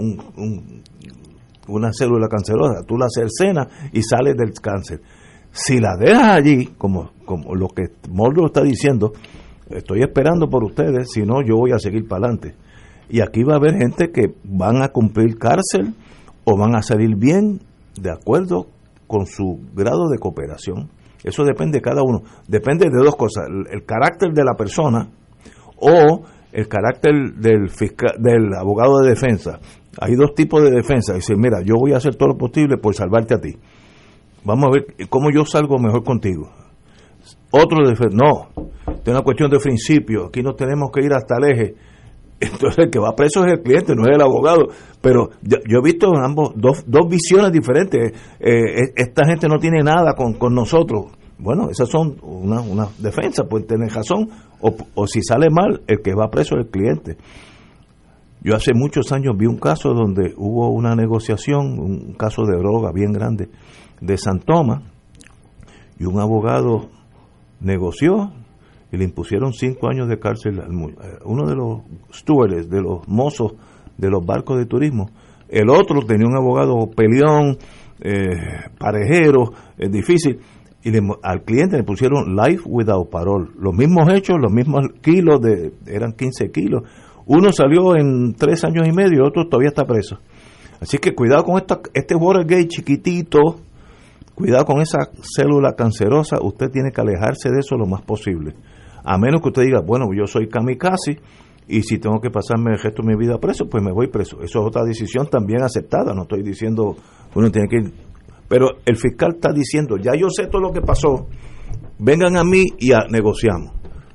una célula cancerosa, tú la cercenas y sales del cáncer. Si la dejas allí, como lo que Moldo está diciendo, estoy esperando por ustedes, si no yo voy a seguir para adelante. Y aquí va a haber gente que van a cumplir cárcel o van a salir bien de acuerdo con su grado de cooperación. Eso depende de cada uno. Depende de 2 cosas: el carácter de la persona o el carácter del abogado de defensa. Hay 2 tipos de defensa. Dice, mira, yo voy a hacer todo lo posible por salvarte a ti. Vamos a ver cómo yo salgo mejor contigo. Otro defensa, no, es una cuestión de principio. Aquí no tenemos que ir hasta el eje. Entonces el que va preso es el cliente, no es el abogado. Pero yo he visto en ambos dos visiones diferentes. Esta gente no tiene nada con nosotros. Bueno, esas son una defensa, pues tener razón. O si sale mal, el que va preso es el cliente. Yo hace muchos años vi un caso donde hubo una negociación, un caso de droga bien grande de San Tomás, y un abogado negoció y le impusieron 5 años de cárcel a uno de los stewards, de los mozos de los barcos de turismo. El otro tenía un abogado peleón, parejero, difícil, y al cliente le pusieron life without parole. Los mismos hechos, los mismos kilos, eran 15 kilos. Uno salió en 3 años y medio, el otro todavía está preso. Así que cuidado con este Watergate chiquitito, cuidado con esa célula cancerosa. Usted tiene que alejarse de eso lo más posible. A menos que usted diga, bueno, yo soy kamikaze y si tengo que pasarme el resto de mi vida preso, pues me voy preso. Eso es otra decisión también aceptada. No estoy diciendo uno tiene que ir. Pero el fiscal está diciendo, ya yo sé todo lo que pasó, vengan a mí y negociamos.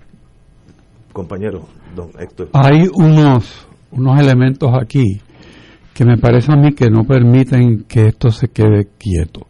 Compañero, don Héctor. Hay unos elementos aquí que me parece a mí que no permiten que esto se quede quieto.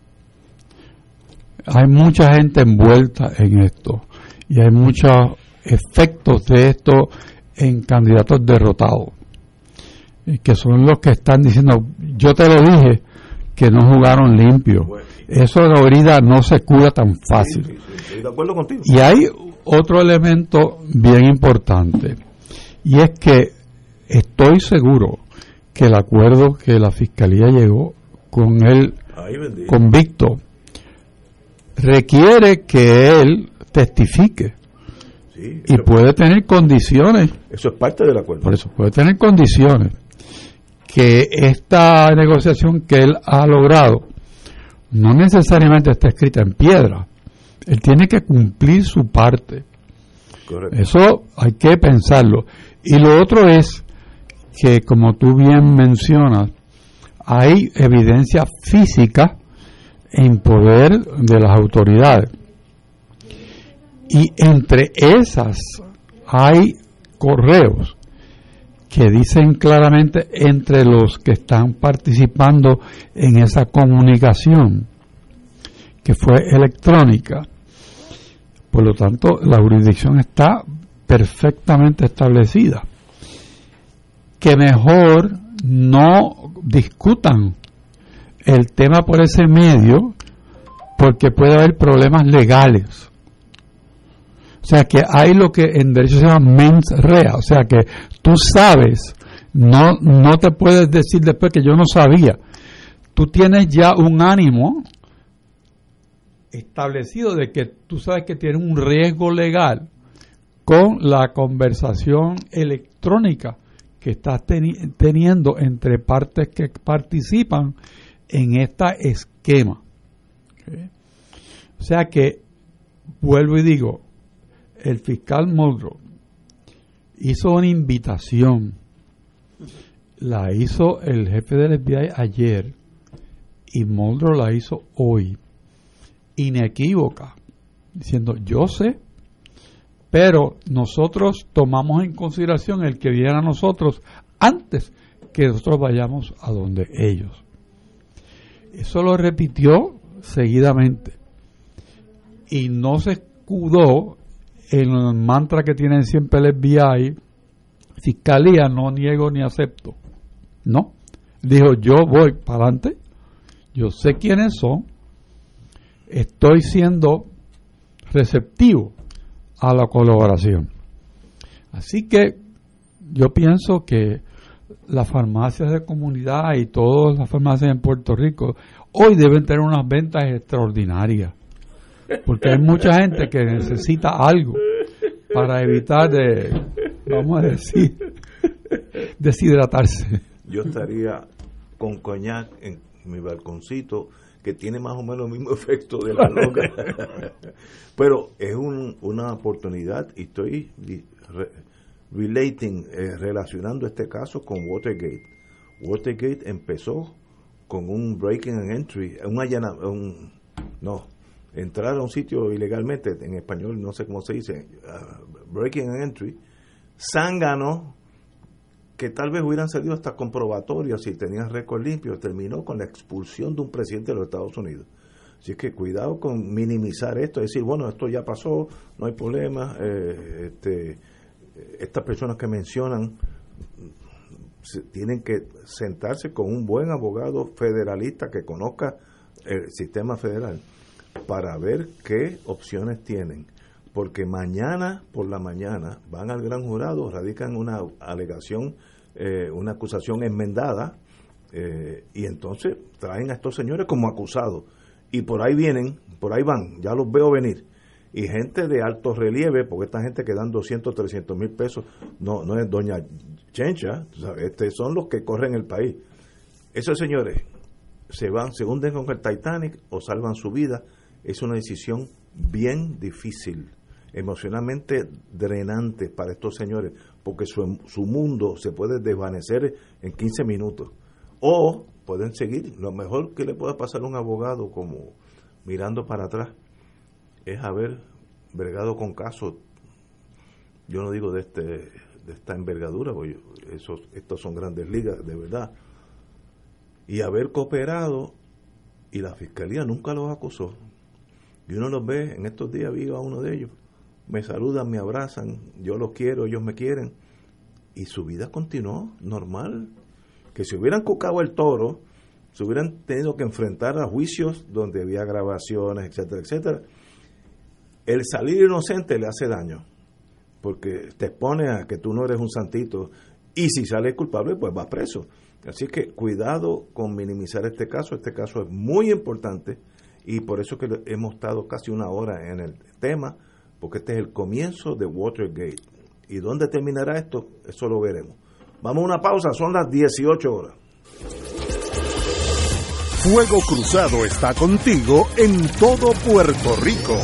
Hay mucha gente envuelta en esto y hay muchos efectos de esto en candidatos derrotados, que son los que están diciendo, yo te lo dije, que no jugaron limpio. Eso de la herida no se cura tan fácil. Sí, estoy de acuerdo contigo. Y hay otro elemento bien importante, y es que estoy seguro que el acuerdo que la Fiscalía llegó con el convicto requiere que él testifique, y puede tener condiciones. Eso es parte del acuerdo. Por eso puede tener condiciones que esta negociación que él ha logrado no necesariamente está escrita en piedra. Él tiene que cumplir su parte. Correcto. Eso hay que pensarlo. Y lo otro es que, como tú bien mencionas, hay evidencia física en poder de las autoridades. Y entre esas hay correos que dicen claramente entre los que están participando en esa comunicación, que fue electrónica. Por lo tanto, la jurisdicción está perfectamente establecida. Que mejor no discutan el tema por ese medio, porque puede haber problemas legales. O sea que hay lo que en derecho se llama mens rea, o sea que tú sabes, no te puedes decir después que yo no sabía. Tú tienes ya un ánimo establecido de que tú sabes que tienes un riesgo legal con la conversación electrónica que estás teniendo entre partes que participan en este esquema. ¿Okay? O sea que, vuelvo y digo, el fiscal Muldrow hizo una invitación, la hizo el jefe del FBI ayer y Muldrow la hizo hoy, inequívoca, diciendo yo sé, pero nosotros tomamos en consideración el que viene a nosotros antes que nosotros vayamos a donde ellos. Eso lo repitió seguidamente y no se escudó en el mantra que tienen siempre el FBI, fiscalía, no niego ni acepto. No, dijo yo voy para adelante, yo sé quiénes son, estoy siendo receptivo a la colaboración. Así que yo pienso que las farmacias de comunidad y todas las farmacias en Puerto Rico hoy deben tener unas ventas extraordinarias, porque hay mucha gente que necesita algo para evitar vamos a decir, deshidratarse. Yo estaría con coñac en mi balconcito, que tiene más o menos el mismo efecto de la loca. Pero es una oportunidad, y estoy relacionando este caso con Watergate. Watergate empezó con un breaking and entry, entrar a un sitio ilegalmente, en español no sé cómo se dice, breaking and entry, zángano, que tal vez hubieran salido hasta comprobatorios si tenían récord limpio, terminó con la expulsión de un presidente de los Estados Unidos. Así que cuidado con minimizar esto, decir, bueno, esto ya pasó, no hay problema, estas personas que mencionan tienen que sentarse con un buen abogado federalista que conozca el sistema federal para ver qué opciones tienen, porque mañana por la mañana van al gran jurado, radican una alegación, una acusación enmendada, y entonces traen a estos señores como acusados, y por ahí van, ya los veo venir, y gente de alto relieve, porque esta gente que dan 200, 300 mil pesos, no es doña Chencha, son los que corren el país. Esos señores se hunden con el Titanic o salvan su vida. Es una decisión bien difícil, emocionalmente drenante para estos señores, porque su mundo se puede desvanecer en 15 minutos. O pueden seguir. Lo mejor que le pueda pasar a un abogado, como mirando para atrás, es haber bregado con casos, yo no digo de esta envergadura, porque estos son grandes ligas, de verdad, y haber cooperado, y la fiscalía nunca los acusó. Y uno los ve, en estos días vi a uno de ellos, me saludan, me abrazan, yo los quiero, ellos me quieren, y su vida continuó normal. Que si hubieran cucado el toro, se hubieran tenido que enfrentar a juicios donde había grabaciones, etcétera, etcétera. El salir inocente le hace daño, porque te expone a que tú no eres un santito, y si sales culpable, pues vas preso. Así que cuidado con minimizar este caso es muy importante, y por eso que hemos estado casi una hora en el tema, porque este es el comienzo de Watergate. ¿Y dónde terminará esto? Eso lo veremos. Vamos a una pausa, son las 18 horas. Fuego Cruzado está contigo en todo Puerto Rico.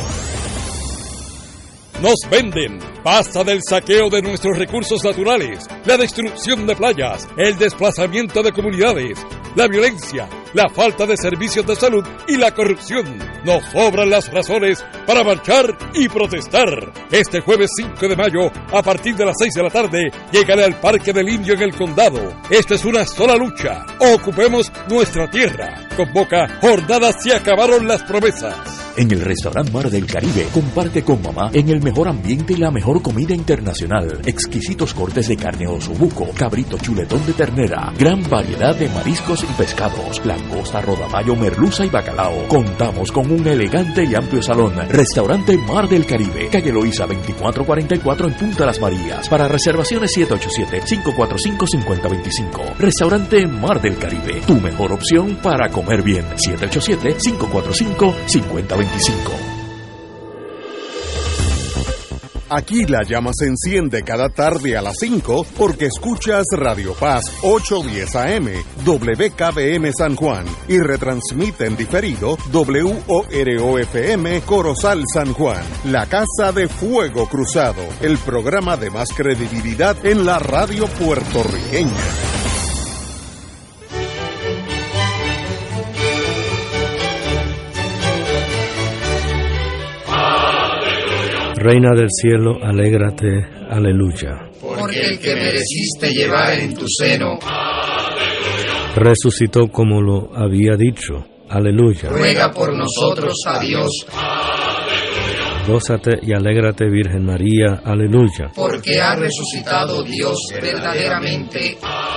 Nos venden. Basta del saqueo de nuestros recursos naturales, la destrucción de playas, el desplazamiento de comunidades, la violencia, la falta de servicios de salud y la corrupción. Nos sobran las razones para marchar y protestar. Este jueves 5 de mayo, a partir de las 6 de la tarde, llegaré al Parque del Indio en el Condado. Esta es una sola lucha. Ocupemos nuestra tierra. Convoca Jornadas Se Acabaron las Promesas. En el restaurante Mar del Caribe, comparte con mamá en el mejor ambiente y la mejor comida internacional. Exquisitos cortes de carne osobuco, cabrito chuletón de ternera, gran variedad de mariscos y pescados, langosta, rodaballo, merluza y bacalao. Contamos con un elegante y amplio salón. Restaurante Mar del Caribe, calle Loíza 2444 en Punta Las Marías. Para reservaciones 787-545-5025. Restaurante Mar del Caribe, tu mejor opción para comer bien. 787-545-5025. Aquí la llama se enciende cada tarde a las 5 porque escuchas Radio Paz 810 AM, WKBM San Juan y retransmite en diferido WOROFM Corozal San Juan, la Casa de Fuego Cruzado, el programa de más credibilidad en la radio puertorriqueña. Reina del cielo, alégrate, aleluya. Porque el que mereciste llevar en tu seno, resucitó como lo había dicho, aleluya. Ruega por nosotros a Dios. Gózate y alégrate, Virgen María, aleluya. Porque ha resucitado Dios verdaderamente.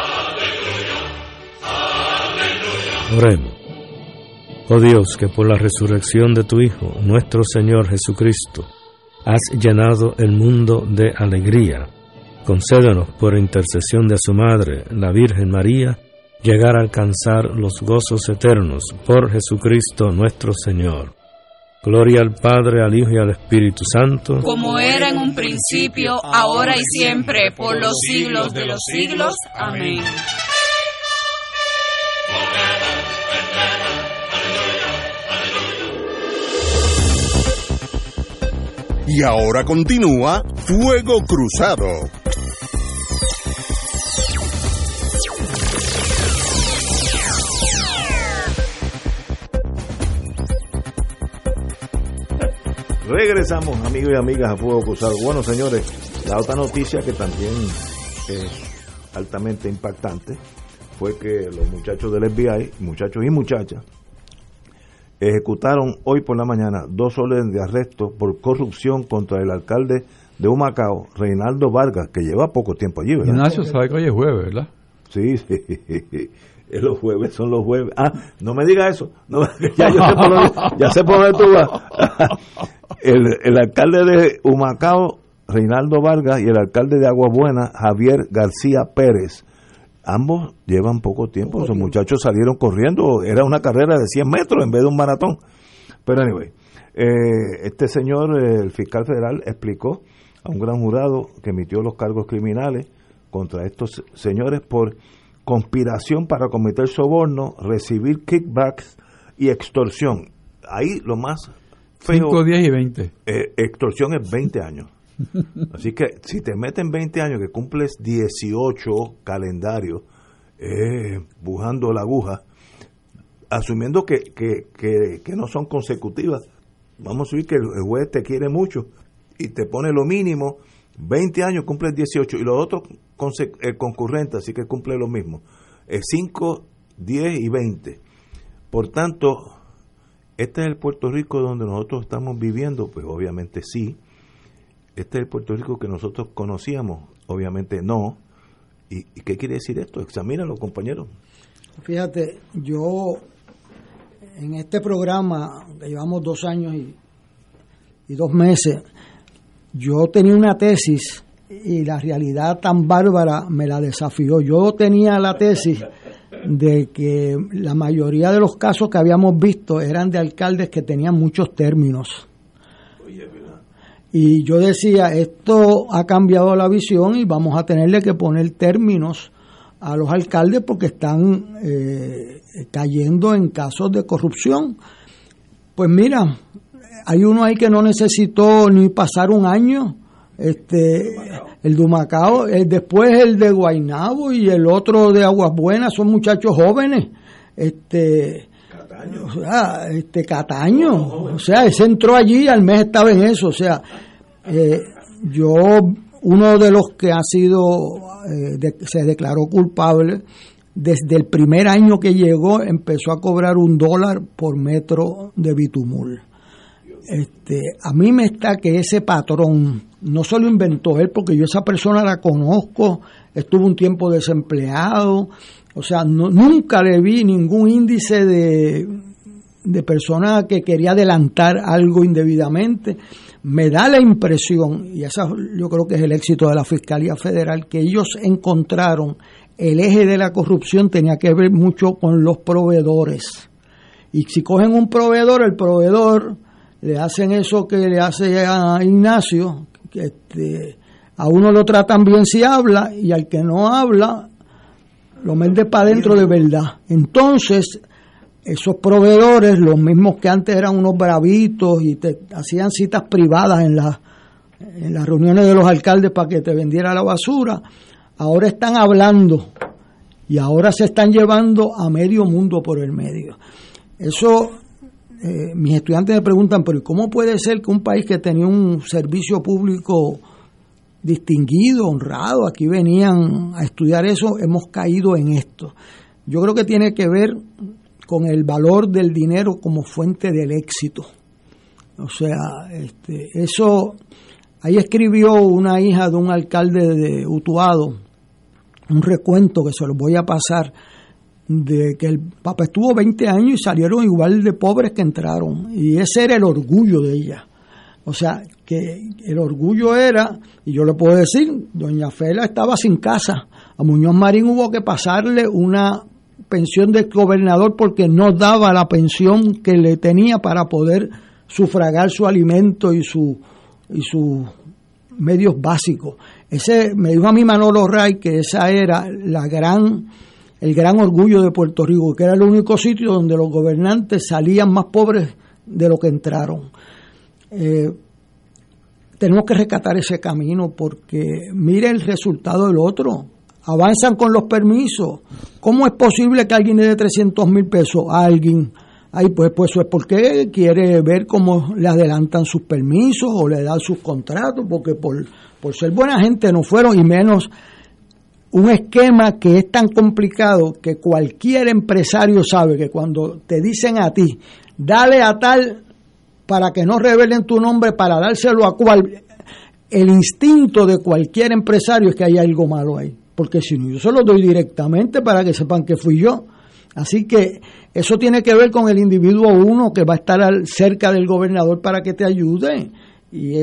Oremos. Oh Dios, que por la resurrección de tu Hijo, nuestro Señor Jesucristo, has llenado el mundo de alegría. Concédenos, por intercesión de su Madre, la Virgen María, llegar a alcanzar los gozos eternos por Jesucristo nuestro Señor. Gloria al Padre, al Hijo y al Espíritu Santo, como era en un principio, ahora y siempre, por los siglos de los siglos. Amén. Y ahora continúa Fuego Cruzado. Regresamos, amigos y amigas, a Fuego Cruzado. Bueno, señores, la otra noticia que también es altamente impactante fue que los muchachos del FBI, muchachos y muchachas, ejecutaron hoy por la mañana 2 órdenes de arresto por corrupción contra el alcalde de Humacao, Reinaldo Vargas, que lleva poco tiempo allí, ¿verdad? Ignacio sabe que hoy es jueves, ¿verdad? Sí. Los jueves son los jueves. No me diga eso. No, ya sé por dónde tú vas. El alcalde de Humacao, Reinaldo Vargas, y el alcalde de Aguas Buenas, Javier García Pérez, ambos llevan poco tiempo. Los muchachos salieron corriendo. Era una carrera de 100 metros en vez de un maratón. Pero anyway, este señor, el fiscal federal, explicó a un gran jurado que emitió los cargos criminales contra estos señores por conspiración para cometer soborno, recibir kickbacks y extorsión. Ahí lo más feo. 5, 10 y 20. Extorsión es 20 años. Así que si te meten 20 años, que cumples 18 calendarios, bujando la aguja, asumiendo que no son consecutivas, vamos a subir que el juez te quiere mucho y te pone lo mínimo, 20 años cumples 18 y los otros concurrentes, así que cumple lo mismo, 5, 10 y 20. Por tanto, este es el Puerto Rico donde nosotros estamos viviendo. Pues obviamente sí. Este es el Puerto Rico que nosotros conocíamos, obviamente no. ¿Y qué quiere decir esto? Examínalo, compañeros. Fíjate, yo en este programa, que llevamos 2 años y 2 meses, yo tenía una tesis y la realidad tan bárbara me la desafió. Yo tenía la tesis de que la mayoría de los casos que habíamos visto eran de alcaldes que tenían muchos términos. Y yo decía, esto ha cambiado la visión y vamos a tenerle que poner términos a los alcaldes porque están cayendo en casos de corrupción. Pues mira, hay uno ahí que no necesitó ni pasar un año, el de Humacao, después el de Guaynabo y el otro de Aguas Buenas, son muchachos jóvenes, Cataño, o sea, ese entró allí, al mes estaba en eso, o sea, uno de los que ha sido, se declaró culpable, desde el primer año que llegó empezó a cobrar $1 por metro de bitumul. a mí me está que ese patrón no se lo inventó él, porque yo esa persona la conozco, estuvo un tiempo desempleado, o sea, nunca le vi ningún índice de persona que quería adelantar algo indebidamente. Me da la impresión, y esa yo creo que es el éxito de la Fiscalía Federal, que ellos encontraron el eje de la corrupción tenía que ver mucho con los proveedores. Y si cogen un proveedor, el proveedor le hacen eso que le hace a Ignacio, que a uno lo tratan bien si habla, y al que no habla lo mete para adentro de verdad. Entonces, esos proveedores, los mismos que antes eran unos bravitos y te hacían citas privadas en las reuniones de los alcaldes para que te vendiera la basura, ahora están hablando y ahora se están llevando a medio mundo por el medio. Eso, mis estudiantes me preguntan, pero ¿cómo puede ser que un país que tenía un servicio público distinguido, honrado, aquí venían a estudiar eso, hemos caído en esto? Yo creo que tiene que ver con el valor del dinero como fuente del éxito. O sea, eso, ahí escribió una hija de un alcalde de Utuado, un recuento que se los voy a pasar, de que el papá estuvo 20 años y salieron igual de pobres que entraron, y ese era el orgullo de ella. O sea, que el orgullo era, y yo le puedo decir, doña Fela estaba sin casa, a Muñoz Marín hubo que pasarle una pensión de gobernador porque no daba la pensión que le tenía para poder sufragar su alimento y sus medios básicos. Ese me dijo a mí Manolo Ray que esa era el gran orgullo de Puerto Rico, que era el único sitio donde los gobernantes salían más pobres de lo que entraron. Tenemos que rescatar ese camino, porque mire el resultado del otro. Avanzan con los permisos. ¿Cómo es posible que alguien le dé 300,000 pesos a alguien? Ay, pues eso es porque quiere ver cómo le adelantan sus permisos o le dan sus contratos, porque por ser buena gente no fueron, y menos un esquema que es tan complicado que cualquier empresario sabe que cuando te dicen a ti, dale a tal para que no revelen tu nombre, para dárselo a cual, el instinto de cualquier empresario es que hay algo malo ahí, porque si no, yo se lo doy directamente para que sepan que fui yo. Así que eso tiene que ver con el individuo uno que va a estar cerca del gobernador para que te ayude, y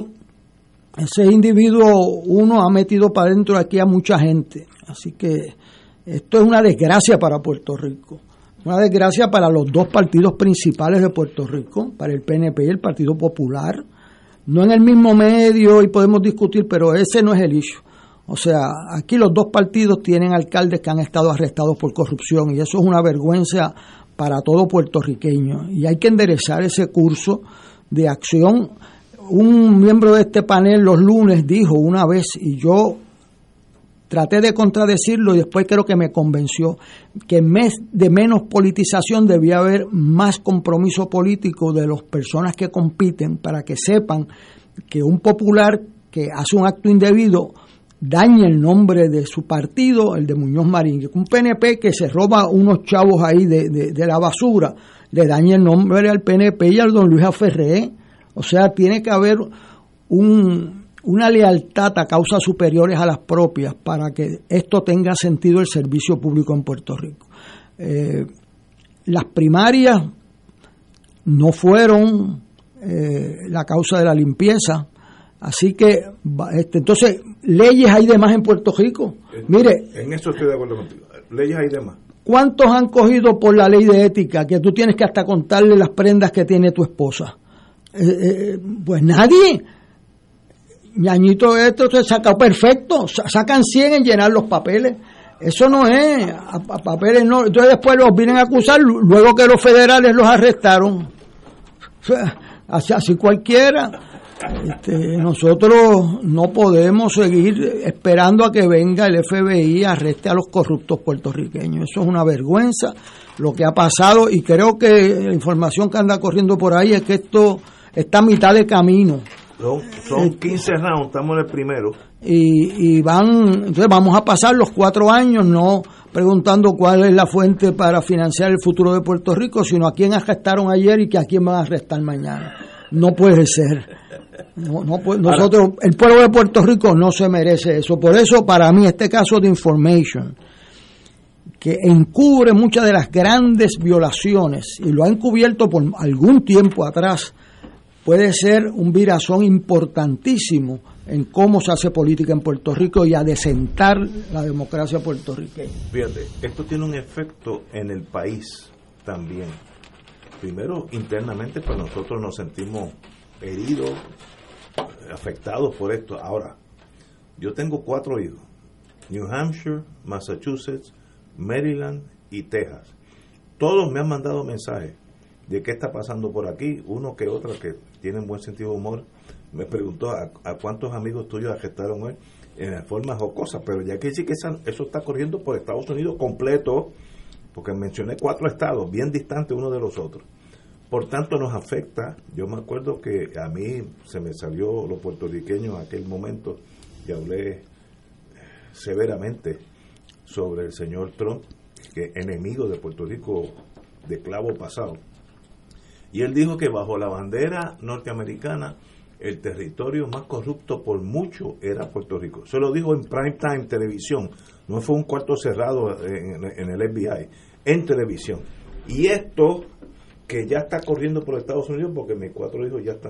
ese individuo uno ha metido para adentro aquí a mucha gente. Así que esto es una desgracia para Puerto Rico, una desgracia para los dos partidos principales de Puerto Rico, para el PNP y el Partido Popular, no en el mismo medio, y podemos discutir, pero ese no es el issue. O sea, aquí los dos partidos tienen alcaldes que han estado arrestados por corrupción, y eso es una vergüenza para todo puertorriqueño, y hay que enderezar ese curso de acción. Un miembro de este panel los lunes dijo una vez, y yo traté de contradecirlo y después creo que me convenció, que en vez de menos politización debía haber más compromiso político de las personas que compiten, para que sepan que un popular que hace un acto indebido daña el nombre de su partido, el de Muñoz Marín, que un PNP que se roba unos chavos ahí de la basura, le daña el nombre al PNP y al don Luis Aferré. O sea, tiene que haber una lealtad a causas superiores a las propias para que esto tenga sentido, el servicio público en Puerto Rico. Las primarias no fueron la causa de la limpieza, así que entonces leyes hay de más en Puerto Rico. Mire, en eso estoy de acuerdo contigo. Leyes hay de más. ¿Cuántos han cogido por la ley de ética que tú tienes que hasta contarle las prendas que tiene tu esposa? Pues nadie. Ñañito, esto se saca perfecto, sacan 100 en llenar los papeles. Eso no es, a papeles no. Entonces después los vienen a acusar luego que los federales los arrestaron. O sea, así cualquiera. Nosotros no podemos seguir esperando a que venga el FBI y arreste a los corruptos puertorriqueños. Eso es una vergüenza lo que ha pasado, y creo que la información que anda corriendo por ahí es que esto está a mitad de camino. Son 15 rounds, estamos en el primero. Entonces vamos a pasar los 4 años no preguntando cuál es la fuente para financiar el futuro de Puerto Rico, sino a quién arrestaron ayer y a quién van a arrestar mañana. No puede ser. Nosotros, el pueblo de Puerto Rico no se merece eso. Por eso, para mí, este caso de Information, que encubre muchas de las grandes violaciones, y lo ha encubierto por algún tiempo atrás, puede ser un virazón importantísimo en cómo se hace política en Puerto Rico y a desentar la democracia puertorriqueña. Fíjate, esto tiene un efecto en el país también. Primero, internamente, pues nosotros nos sentimos heridos, afectados por esto. Ahora, yo tengo 4 hijos: New Hampshire, Massachusetts, Maryland y Texas. Todos me han mandado mensajes de qué está pasando por aquí. Uno que otro que tienen buen sentido de humor me preguntó a cuántos amigos tuyos arrestaron hoy, en forma jocosa, pero ya que sí que eso está corriendo por Estados Unidos completo, porque mencioné 4 estados bien distantes unos de los otros. Por tanto, nos afecta. Yo me acuerdo que a mí se me salió lo puertorriqueño en aquel momento y hablé severamente sobre el señor Trump, que enemigo de Puerto Rico de clavo pasado. Y él dijo que bajo la bandera norteamericana el territorio más corrupto por mucho era Puerto Rico. Se lo dijo en prime time televisión, no fue un cuarto cerrado en el FBI, en televisión. Y esto que ya está corriendo por Estados Unidos, porque mis 4 hijos ya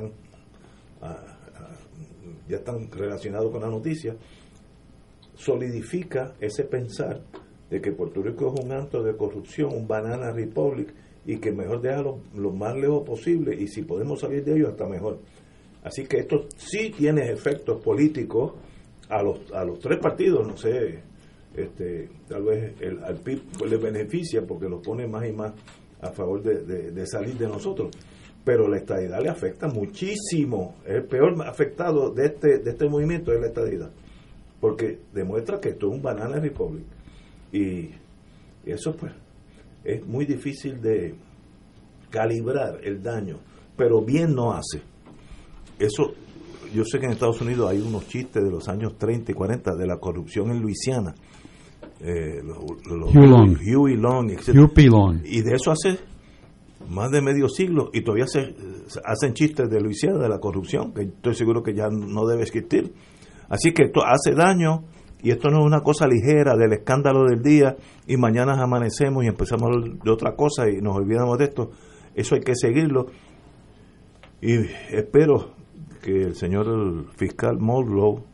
están relacionados con la noticia, solidifica ese pensar de que Puerto Rico es un antro de corrupción, un banana republic, y que mejor dejarlo lo más lejos posible, y si podemos salir de ello hasta mejor. Así que esto sí tiene efectos políticos a los 3 partidos. No sé, tal vez al PIB le beneficia porque lo pone más y más a favor de salir de nosotros, pero la estadidad le afecta muchísimo. El peor afectado de este movimiento es la estadidad, porque demuestra que esto es un banana republic, y eso pues es muy difícil de calibrar el daño, pero bien no hace. Eso, yo sé que en Estados Unidos hay unos chistes de los años 30 y 40 de la corrupción en Luisiana, Huey Long, y de eso hace más de medio siglo, y todavía se hacen chistes de Luisiana, de la corrupción, que estoy seguro que ya no debe existir. Así que esto hace daño, y esto no es una cosa ligera del escándalo del día y mañana amanecemos y empezamos a hablar de otra cosa y nos olvidamos de esto. Eso hay que seguirlo, y espero que el señor fiscal Muldrow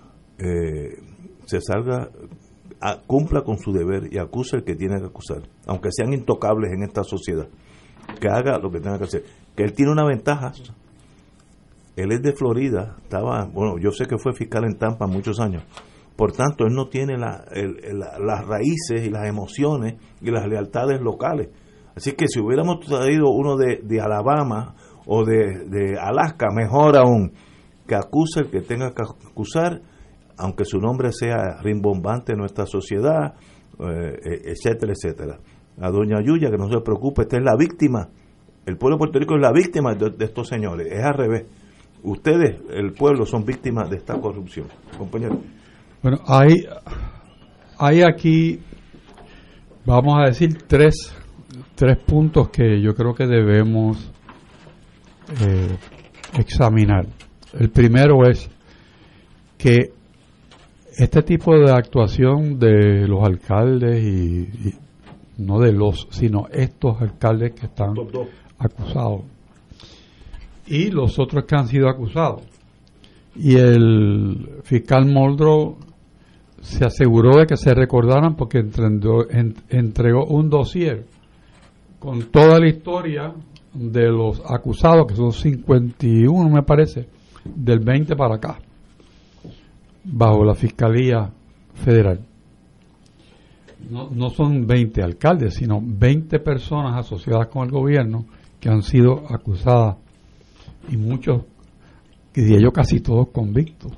se salga, cumpla con su deber y acuse al que tiene que acusar, aunque sean intocables en esta sociedad, que haga lo que tenga que hacer. Que él tiene una ventaja: él es de Florida, yo sé que fue fiscal en Tampa muchos años, por tanto él no tiene las raíces y las emociones y las lealtades locales. Así que si hubiéramos traído uno de Alabama o de Alaska, mejor aún, que acuse el que tenga que acusar, aunque su nombre sea rimbombante en nuestra sociedad, etcétera, etcétera. A doña Yuya, que no se preocupe, esta es la víctima. El pueblo de Puerto Rico es la víctima de estos señores, es al revés. Ustedes, el pueblo, son víctimas de esta corrupción. Compañero. Bueno, hay aquí, vamos a decir, tres puntos que yo creo que debemos examinar. El primero es que este tipo de actuación de los alcaldes y no de sino estos alcaldes que están acusados y los otros que han sido acusados, y el fiscal Muldrow se aseguró de que se recordaran porque entregó un dossier con toda la historia de los acusados, que son 51 me parece, del 20 para acá, bajo la Fiscalía Federal. No son 20 alcaldes, sino 20 personas asociadas con el gobierno que han sido acusadas, y muchos, diría yo, casi todos convictos.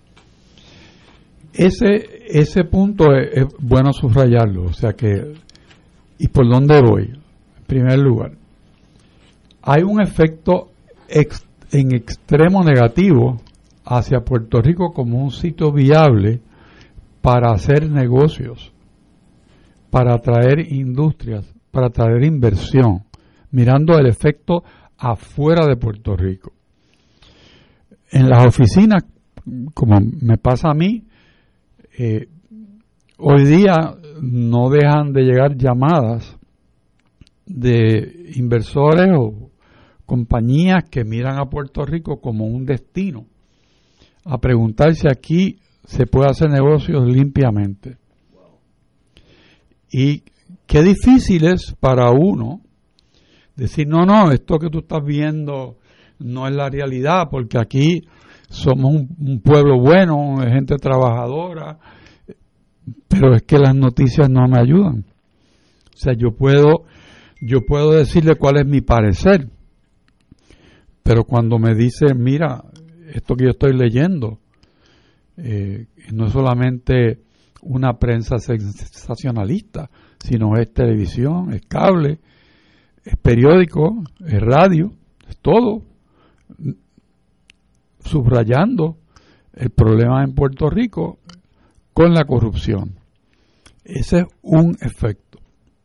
Ese punto es bueno subrayarlo. O sea que, ¿y por dónde voy? En primer lugar, hay un efecto en extremo negativo hacia Puerto Rico como un sitio viable para hacer negocios, para atraer industrias, para atraer inversión, mirando el efecto afuera de Puerto Rico. en las oficinas, como me pasa a mí, hoy día no dejan de llegar llamadas de inversores o compañías que miran a Puerto Rico como un destino, a preguntar si aquí se puede hacer negocios limpiamente. Y qué difícil es para uno decir, no, esto que tú estás viendo no es la realidad, porque aquí somos un pueblo bueno, gente trabajadora, pero es que las noticias no me ayudan. O sea, yo puedo decirle cuál es mi parecer, pero cuando me dice, mira, esto que yo estoy leyendo, no es solamente una prensa sensacionalista, sino es televisión, es cable, es periódico, es radio, es todo, subrayando el problema en Puerto Rico con la corrupción. Ese es un efecto.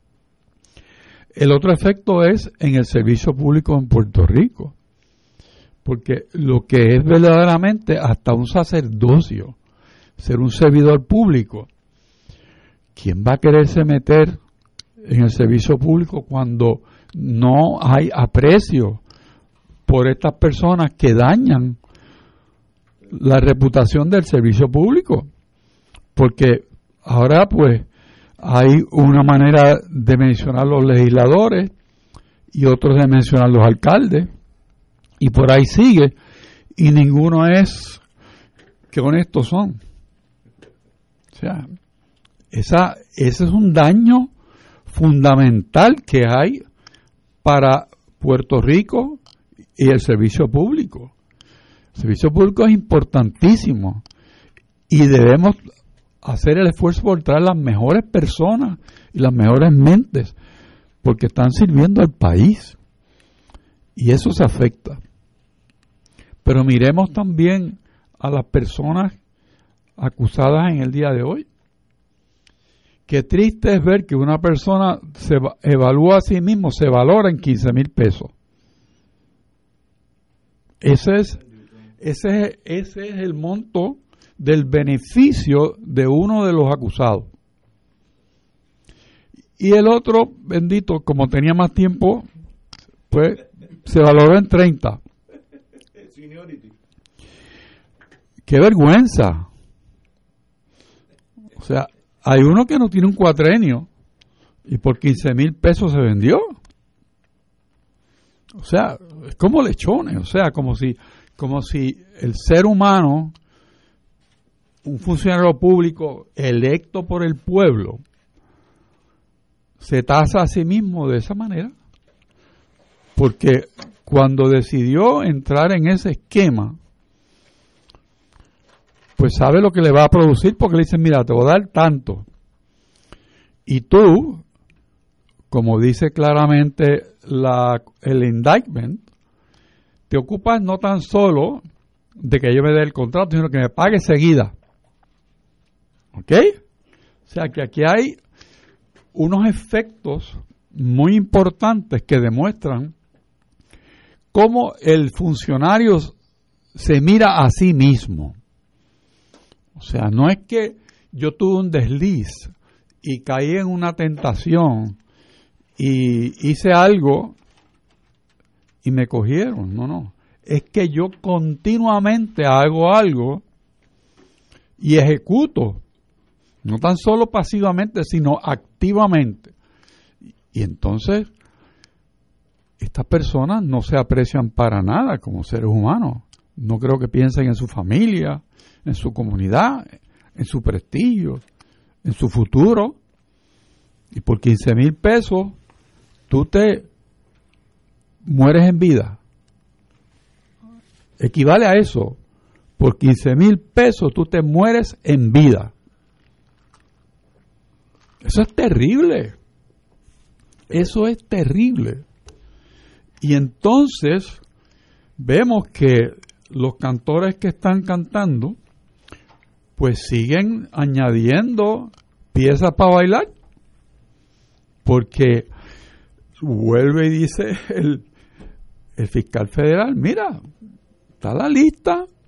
El otro efecto es en el servicio público en Puerto Rico, porque lo que es verdaderamente hasta un sacerdocio, ser un servidor público, ¿quién va a quererse meter en el servicio público cuando no hay aprecio por estas personas que dañan la reputación del servicio público? Porque ahora pues hay una manera de mencionar los legisladores y otros de mencionar los alcaldes, y por ahí sigue, y ninguno es que honestos son. O sea, ese es un daño fundamental que hay para Puerto Rico y el servicio público. El servicio público es importantísimo y debemos hacer el esfuerzo por traer las mejores personas y las mejores mentes, porque están sirviendo al país y eso se afecta. Pero miremos también a las personas acusadas en el día de hoy. Qué triste es ver que una persona se evalúa a sí mismo, se valora en 15,000 pesos. Ese es el monto del beneficio de uno de los acusados. Y el otro, bendito, como tenía más tiempo, pues se valoró en 30. ¡Qué vergüenza! O sea, hay uno que no tiene un cuatrenio y por 15,000 pesos se vendió. O sea, es como lechones, o sea, como si el ser humano, un funcionario público electo por el pueblo, se tasa a sí mismo de esa manera. Porque cuando decidió entrar en ese esquema, pues sabe lo que le va a producir, porque le dicen, mira, te voy a dar tanto. Y tú, como dice claramente el indictment, te ocupas no tan solo de que yo me dé el contrato, sino que me pague seguida. ¿Ok? O sea que aquí hay unos efectos muy importantes que demuestran cómo el funcionario se mira a sí mismo. O sea, no es que yo tuve un desliz y caí en una tentación y hice algo y me cogieron. No. Es que yo continuamente hago algo y ejecuto, no tan solo pasivamente, sino activamente. Y entonces, estas personas no se aprecian para nada como seres humanos. No creo que piensen en su familia, en su comunidad, en su prestigio, en su futuro. Y por 15,000 pesos tú te mueres en vida. Equivale a eso. Por 15,000 pesos tú te mueres en vida. Eso es terrible. Eso es terrible. Y entonces vemos que los cantores que están cantando pues siguen añadiendo piezas para bailar, porque vuelve y dice el fiscal federal, mira, está la lista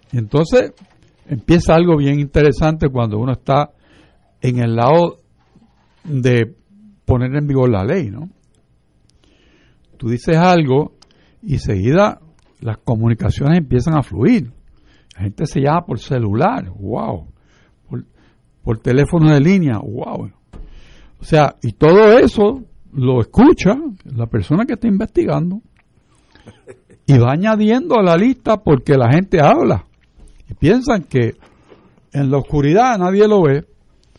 Y entonces empieza algo bien interesante cuando uno está en el lado de poner en vigor la ley, ¿no? Tú dices algo y enseguida las comunicaciones empiezan a fluir. La gente se llama por celular, wow. Por teléfono de línea, wow. O sea, y todo eso lo escucha la persona que está investigando y va añadiendo a la lista porque la gente habla y piensan que en la oscuridad nadie lo ve,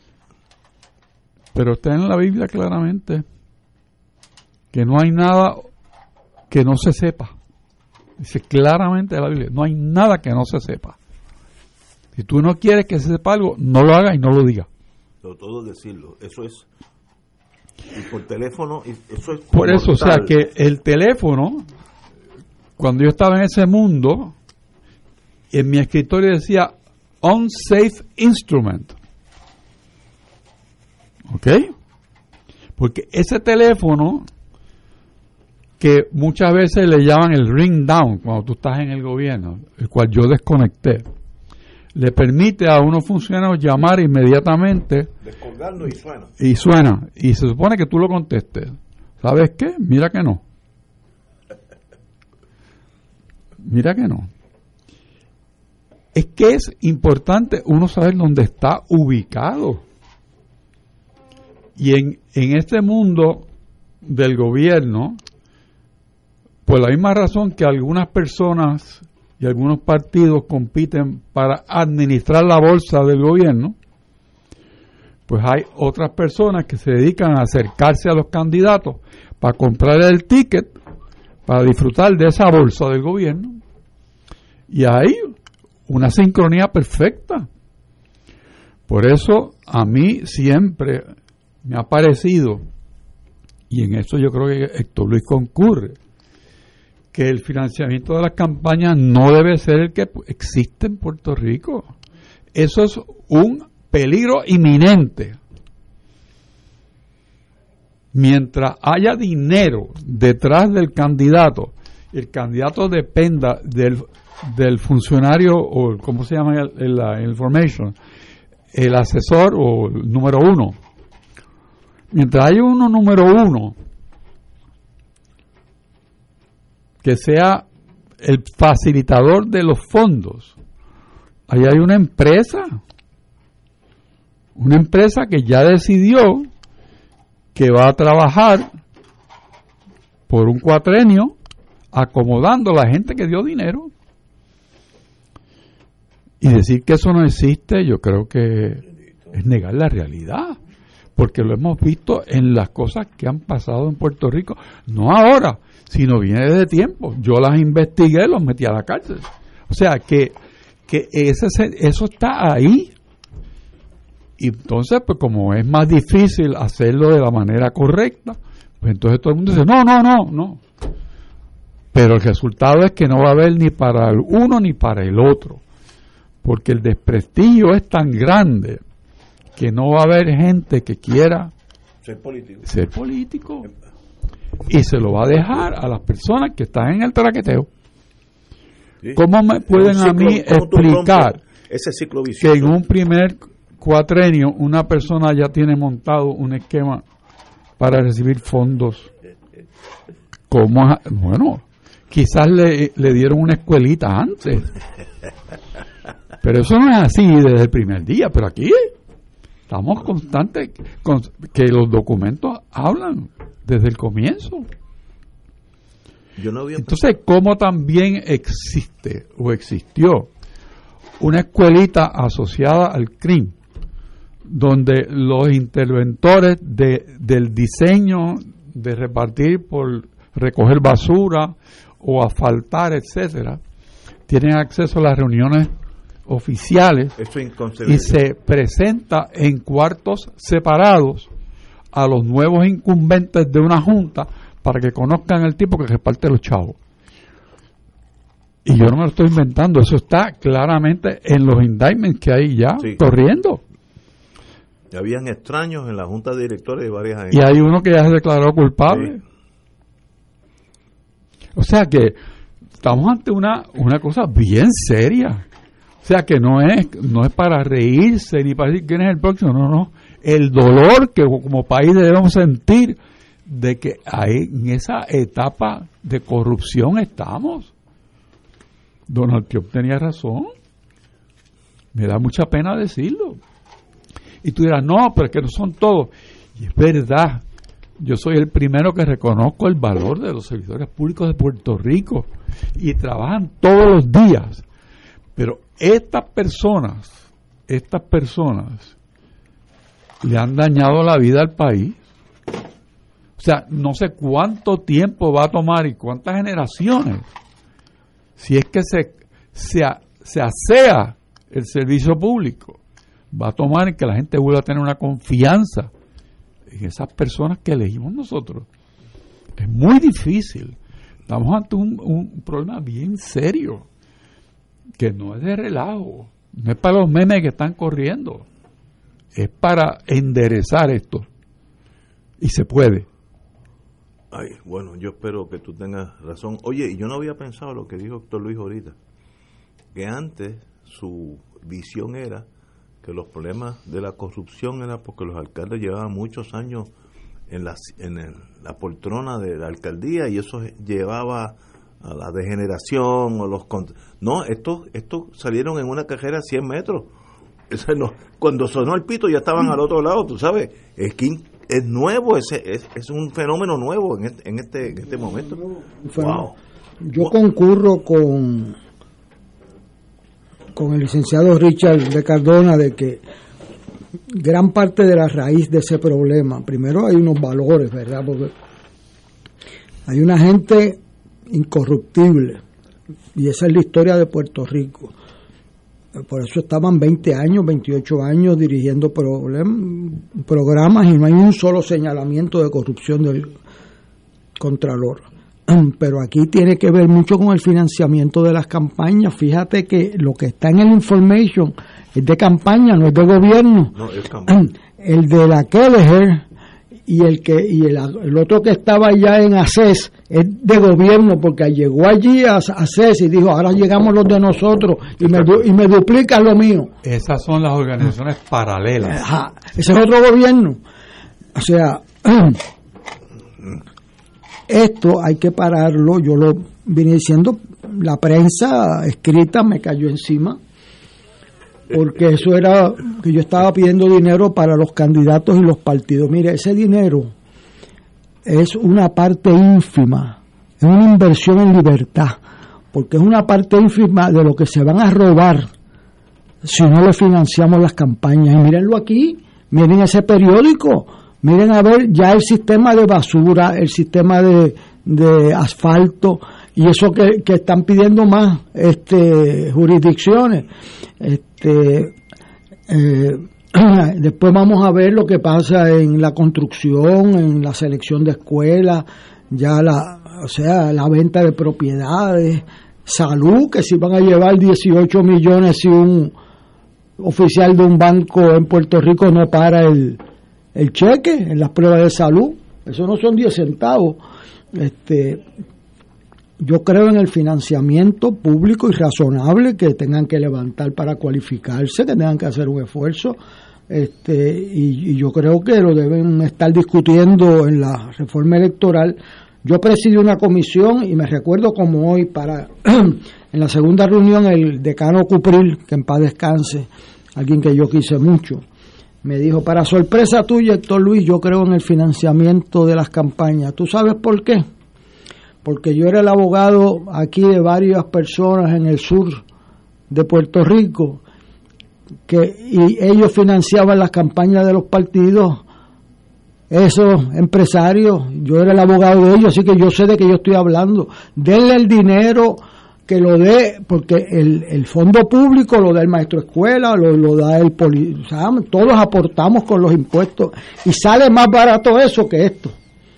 pero está en la Biblia claramente que no hay nada que no se sepa. Dice claramente en la Biblia, no hay nada que no se sepa. Si tú no quieres que se sepa algo, no lo hagas y no lo digas. Todo decirlo, eso es. Y por teléfono, eso es. Por eso, o sea, que el teléfono, cuando yo estaba en ese mundo, en mi escritorio decía unsafe instrument. ¿Ok? Porque ese teléfono, que muchas veces le llaman el ring down cuando tú estás en el gobierno, el cual yo desconecté, le permite a unos funcionarios llamar inmediatamente. Descolgando y suena. Y suena. Y se supone que tú lo contestes. ¿Sabes qué? Mira que no. Mira que no. Es que es importante uno saber dónde está ubicado. Y en este mundo del gobierno, por la misma razón que algunas personas y algunos partidos compiten para administrar la bolsa del gobierno, pues hay otras personas que se dedican a acercarse a los candidatos para comprar el ticket para disfrutar de esa bolsa del gobierno. Y hay una sincronía perfecta. Por eso a mí siempre me ha parecido, y en eso yo creo que Héctor Luis concurre, que el financiamiento de las campañas no debe ser el que existe en Puerto Rico. Eso es un peligro inminente. Mientras haya dinero detrás del candidato, el candidato dependa del funcionario, o ¿cómo se llama la information? El asesor o el número uno. Mientras haya uno número uno que sea el facilitador de los fondos, ahí hay una empresa que ya decidió que va a trabajar por un cuatrenio acomodando a la gente que dio dinero. Y decir que eso no existe, yo creo que es negar la realidad, porque lo hemos visto en las cosas que han pasado en Puerto Rico, no ahora, sino viene desde tiempo. Yo las investigué, los metí a la cárcel. O sea, que eso está ahí. Y entonces, pues como es más difícil hacerlo de la manera correcta, pues entonces todo el mundo dice, no. Pero el resultado es que no va a haber ni para el uno ni para el otro. Porque el desprestigio es tan grande que no va a haber gente que quiera ser político. Y se lo va a dejar a las personas que están en el traqueteo. Sí. ¿Cómo me pueden a mí explicar ese ciclo vicioso, que en un primer cuatrenio una persona ya tiene montado un esquema para recibir fondos? Bueno, quizás le dieron una escuelita antes, pero eso no es así desde el primer día. Pero aquí estamos constantes que los documentos hablan desde el comienzo. Entonces, ¿cómo también existe o existió una escuelita asociada al CRIM, donde los interventores del diseño de repartir por recoger basura o asfaltar, etcétera, tienen acceso a las reuniones oficiales y se presenta en cuartos separados a los nuevos incumbentes de una junta para que conozcan el tipo que reparte los chavos? Y yo no me lo estoy inventando, eso está claramente en los indictments que hay ya corriendo. Habían extraños en la junta de directores de varias agencias. Y hay uno que ya se declaró culpable. Sí. O sea que estamos ante una cosa bien seria. O sea que no es para reírse ni para decir quién es el próximo, no. El dolor que como país debemos sentir de que ahí, en esa etapa de corrupción estamos. Donald Trump tenía razón. Me da mucha pena decirlo. Y tú dirás, no, pero es que no son todos. Y es verdad. Yo soy el primero que reconozco el valor de los servidores públicos de Puerto Rico y trabajan todos los días. Pero estas personas le han dañado la vida al país. O sea, no sé cuánto tiempo va a tomar y cuántas generaciones, si es que se asea el servicio público, va a tomar en que la gente vuelva a tener una confianza en esas personas que elegimos nosotros. Es muy difícil. Estamos ante un problema bien serio, que no es de relajo, no es para los memes que están corriendo, es para enderezar esto. Y se puede. Ay, bueno, yo espero que tú tengas razón. Oye, yo no había pensado lo que dijo doctor Luis ahorita, que antes su visión era que los problemas de la corrupción era porque los alcaldes llevaban muchos años en la poltrona de la alcaldía y eso llevaba a la degeneración o los no, estos salieron en una carrera a 100 metros. Cuando sonó el pito ya estaban al otro lado, tú sabes. Es nuevo, es un fenómeno nuevo en este momento. Wow. Yo concurro con el licenciado Richard de Cardona de que gran parte de la raíz de ese problema, primero hay unos valores, ¿verdad? Porque hay una gente incorruptible y esa es la historia de Puerto Rico. Por eso estaban 20 años, 28 años dirigiendo programas y no hay un solo señalamiento de corrupción del Contralor. Pero aquí tiene que ver mucho con el financiamiento de las campañas. Fíjate que lo que está en el information es de campaña, no es de gobierno. No, es campaña. El de la Kelleher y el otro que estaba ya en ACES es de gobierno, porque llegó allí a ACES y dijo, ahora llegamos los de nosotros y me duplican lo mío. Esas son las organizaciones paralelas. Ajá, ese es otro gobierno. O sea, esto hay que pararlo. Yo lo vine diciendo, la prensa escrita me cayó encima, porque eso era que yo estaba pidiendo dinero para los candidatos y los partidos. Mire, ese dinero es una parte ínfima, es una inversión en libertad, porque es una parte ínfima de lo que se van a robar si no le financiamos las campañas. Y mírenlo aquí, miren ese periódico, miren a ver ya el sistema de basura, el sistema de asfalto y eso que están pidiendo más jurisdicciones. Después vamos a ver lo que pasa en la construcción, en la selección de escuelas, ya la venta de propiedades, salud, que si van a llevar 18 millones si un oficial de un banco en Puerto Rico no para el cheque en las pruebas de salud, eso no son 10 centavos. Yo creo en el financiamiento público y razonable que tengan que levantar para cualificarse, que tengan que hacer un esfuerzo, y yo creo que lo deben estar discutiendo en la reforma electoral. Yo presidí una comisión y me recuerdo como hoy en la segunda reunión el decano Cupril, que en paz descanse, alguien que yo quise mucho, me dijo, para sorpresa tuya, Héctor Luis, yo creo en el financiamiento de las campañas. ¿Tú sabes por qué? Porque yo era el abogado aquí de varias personas en el sur de Puerto Rico y ellos financiaban las campañas de los partidos, esos empresarios, yo era el abogado de ellos, así que yo sé de qué yo estoy hablando. Denle el dinero que lo dé, porque el fondo público lo da el maestro escuela, lo da el policía, todos aportamos con los impuestos y sale más barato eso que esto.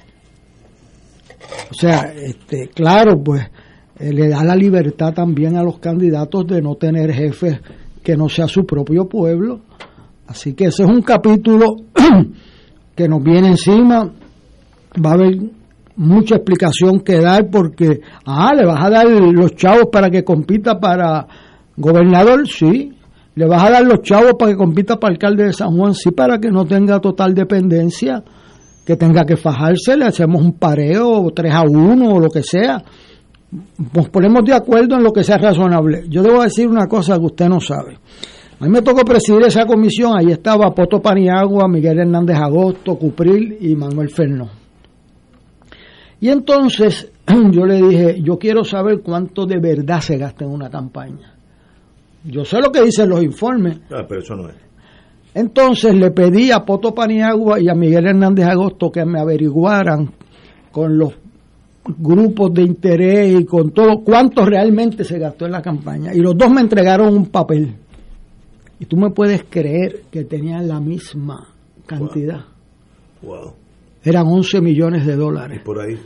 O sea, claro, pues le da la libertad también a los candidatos de no tener jefes que no sea su propio pueblo. Así que ese es un capítulo que nos viene encima. Va a haber mucha explicación que dar porque, le vas a dar los chavos para que compita para Gobernador, sí. Le vas a dar los chavos para que compita para alcalde de San Juan, sí, para que no tenga total dependencia, que tenga que fajarse, le hacemos un pareo, 3-1 o lo que sea. Nos ponemos de acuerdo en lo que sea razonable. Yo debo decir una cosa que usted no sabe. A mí me tocó presidir esa comisión, ahí estaba Poto Paniagua, Miguel Hernández Agosto, Cupril y Manuel Fernó. Y entonces yo le dije, yo quiero saber cuánto de verdad se gasta en una campaña. Yo sé lo que dicen los informes. Pero eso no es. Entonces le pedí a Poto Paniagua y a Miguel Hernández Agosto que me averiguaran con los grupos de interés y con todo cuánto realmente se gastó en la campaña. Y los dos me entregaron un papel. Y tú me puedes creer que tenían la misma cantidad. Wow. Eran $11 millones. Es por ahí.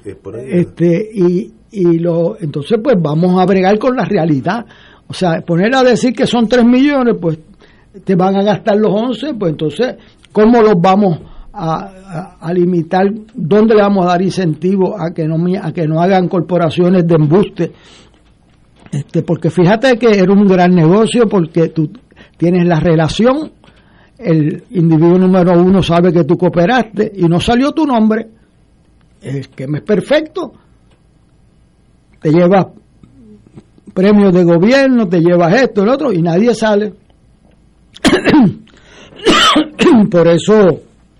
Entonces pues vamos a bregar con la realidad. O sea, poner a decir que son 3 millones, pues te van a gastar los 11, pues entonces, ¿cómo los vamos a limitar? ¿Dónde le vamos a dar incentivo a que no hagan corporaciones de embuste? Porque fíjate que era un gran negocio, porque tú tienes la relación, el individuo número 1 sabe que tú cooperaste y no salió tu nombre, el que me es perfecto, te llevas premios de gobierno, te llevas esto, el otro, y nadie sale. Por eso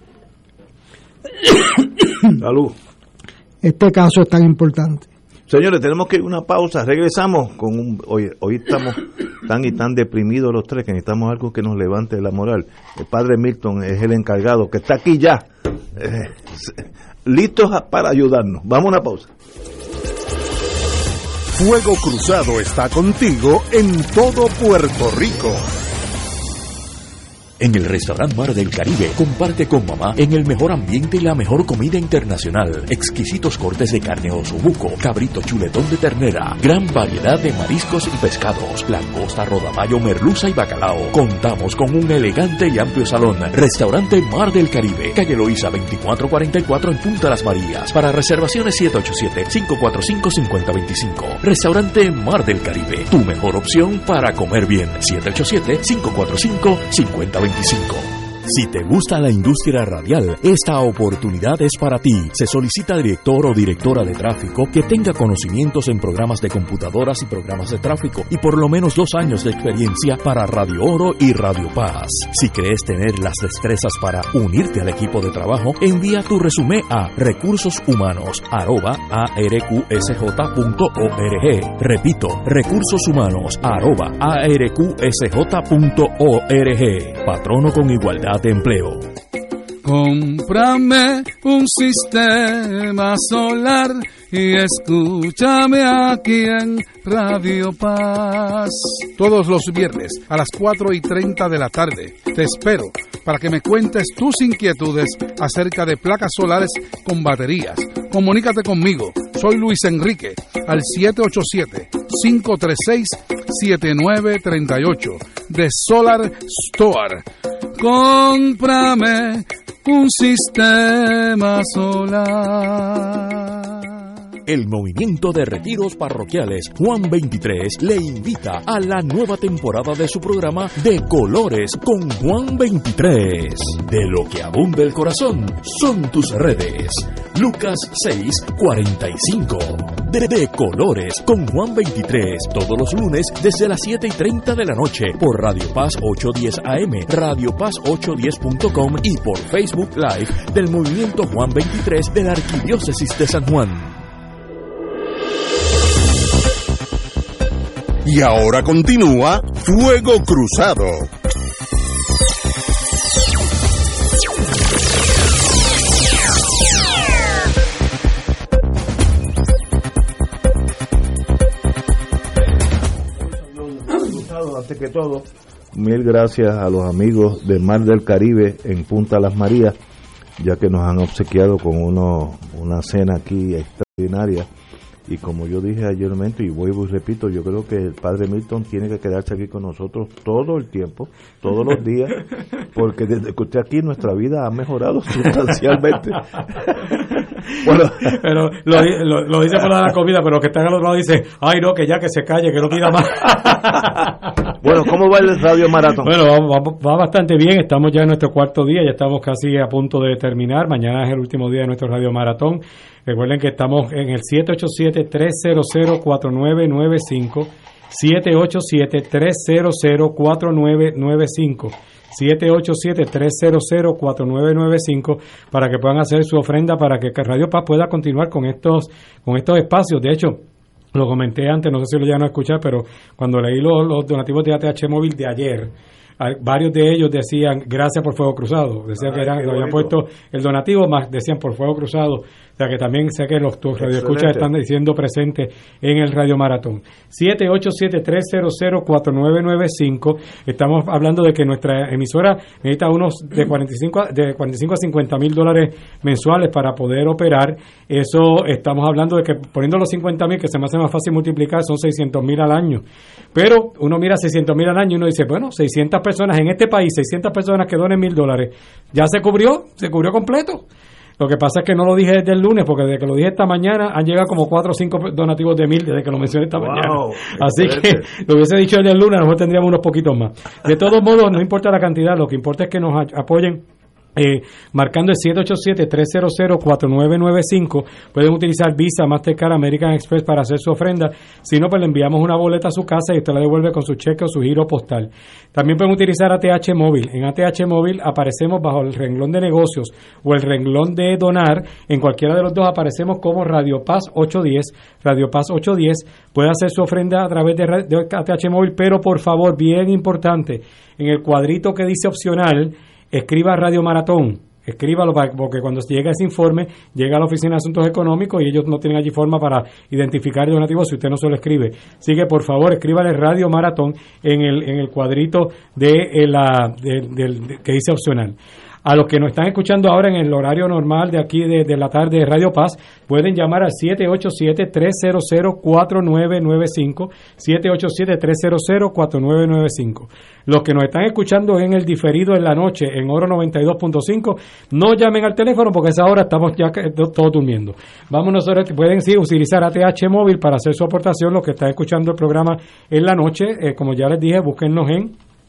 salud. Este caso es tan importante. Señores, tenemos que ir a una pausa. Regresamos con hoy estamos tan deprimidos los tres que necesitamos algo que nos levante la moral. El padre Milton es el encargado, que está aquí ya, listos para ayudarnos. Vamos a una pausa. Fuego Cruzado está contigo en todo Puerto Rico. En el restaurante Mar del Caribe, comparte con mamá en el mejor ambiente y la mejor comida internacional. Exquisitos cortes de carne osobuco, cabrito chuletón de ternera, gran variedad de mariscos y pescados, langosta, rodamayo, merluza y bacalao. Contamos con un elegante y amplio salón. Restaurante Mar del Caribe, calle Loíza 2444 en Punta Las Marías. Para reservaciones 787-545-5025. Restaurante Mar del Caribe, tu mejor opción para comer bien. 787-545-5025. Si te gusta la industria radial, esta oportunidad es para ti. Se solicita director o directora de tráfico que tenga conocimientos en programas de computadoras y programas de tráfico y por lo menos 2 años de experiencia para Radio Oro y Radio Paz. Si crees tener las destrezas para unirte al equipo de trabajo, envía tu resumen a recursoshumanos@arqsj.org. Repito, recursoshumanos@arqsj.org. Patrono con igualdad de empleo. Cómprame un sistema solar y escúchame aquí en Radio Paz. Todos los viernes a las 4:30 de la tarde te espero para que me cuentes tus inquietudes acerca de placas solares con baterías. Comunícate conmigo, soy Luis Enrique, al 787-536-7938 de Solar Store. Cómprame un sistema solar. El Movimiento de Retiros Parroquiales Juan 23 le invita a la nueva temporada de su programa De Colores con Juan 23. De lo que abunda el corazón son tus redes. Lucas 6:45. De Colores con Juan 23, todos los lunes desde las 7:30 de la noche por Radio Paz 810 AM, Radio Paz 810.com y por Facebook Live del Movimiento Juan 23 de la Arquidiócesis de San Juan. Y ahora continúa Fuego Cruzado. Antes que todo, mil gracias a los amigos de Mar del Caribe en Punta Las Marías, ya que nos han obsequiado con una cena aquí extraordinaria. Y como yo dije ayer, y vuelvo y repito, yo creo que el padre Milton tiene que quedarse aquí con nosotros todo el tiempo, todos los días, porque desde que usted aquí nuestra vida ha mejorado sustancialmente. Bueno, pero lo dice por la comida, pero los que están al otro lado dicen, ay no, que ya que se calle, que no pida más. Bueno, ¿cómo va el Radio Maratón? Bueno, va bastante bien. Estamos ya en nuestro cuarto día, ya estamos casi a punto de terminar. Mañana es el último día de nuestro Radio Maratón. Recuerden que estamos en el 787-300-4995. 787-300-4995. 787-300-4995 para que puedan hacer su ofrenda para que Radio Paz pueda continuar con estos espacios. De hecho, lo comenté antes, no sé si lo llegan a escuchar, pero cuando leí los donativos de ATH Móvil de ayer, varios de ellos decían gracias por Fuego Cruzado, decían que lo habían puesto el donativo, más decían por Fuego Cruzado, o sea que también sé que los radioescuchas están diciendo presentes en el Radio Maratón. 787-300-4995. Estamos hablando de que nuestra emisora necesita unos de 45 a $50,000 mensuales para poder operar. Eso estamos hablando de que poniendo los 50,000, que se me hace más fácil multiplicar, son 600,000 al año. Pero uno mira 600,000 al año y uno dice, bueno, 600 personas en este país, 600 personas que donen $1,000, ya se cubrió completo. Lo que pasa es que no lo dije desde el lunes, porque desde que lo dije esta mañana han llegado como 4 o 5 donativos de 1,000 desde que lo mencioné esta mañana. Así que lo hubiese dicho desde el lunes, a lo mejor tendríamos unos poquitos más. De todos modos, no importa la cantidad, lo que importa es que nos apoyen. Marcando el 787-300-4995. Pueden utilizar Visa, Mastercard, American Express para hacer su ofrenda. Si no, pues le enviamos una boleta a su casa y usted la devuelve con su cheque o su giro postal. También pueden utilizar ATH Móvil. En ATH Móvil aparecemos bajo el renglón de negocios o el renglón de donar. En cualquiera de los dos aparecemos como Radio Paz 810. Radio Paz 810. Puede hacer su ofrenda a través de ATH Móvil, pero por favor, bien importante, en el cuadrito que dice opcional, escriba Radio Maratón, escríbalo porque cuando llegue ese informe llega a la Oficina de Asuntos Económicos y ellos no tienen allí forma para identificar el donativo si usted no se lo escribe. Así que por favor escríbale Radio Maratón en el cuadrito que dice opcional. A los que nos están escuchando ahora en el horario normal de aquí de la tarde de Radio Paz, pueden llamar al 787-300-4995, 787-300-4995. Los que nos están escuchando en el diferido en la noche, en Oro 92.5, no llamen al teléfono porque a esa hora estamos ya todos durmiendo. Pueden sí utilizar ATH Móvil para hacer su aportación. Los que están escuchando el programa en la noche, como ya les dije, búsquennos en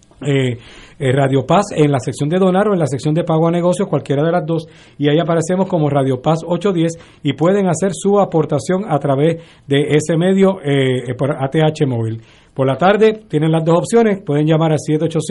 Radio Paz en la sección de donar o en la sección de pago a negocios, cualquiera de las dos, y ahí aparecemos como Radio Paz 810 y pueden hacer su aportación a través de ese medio por ATH Móvil. Por la tarde tienen las dos opciones, pueden llamar al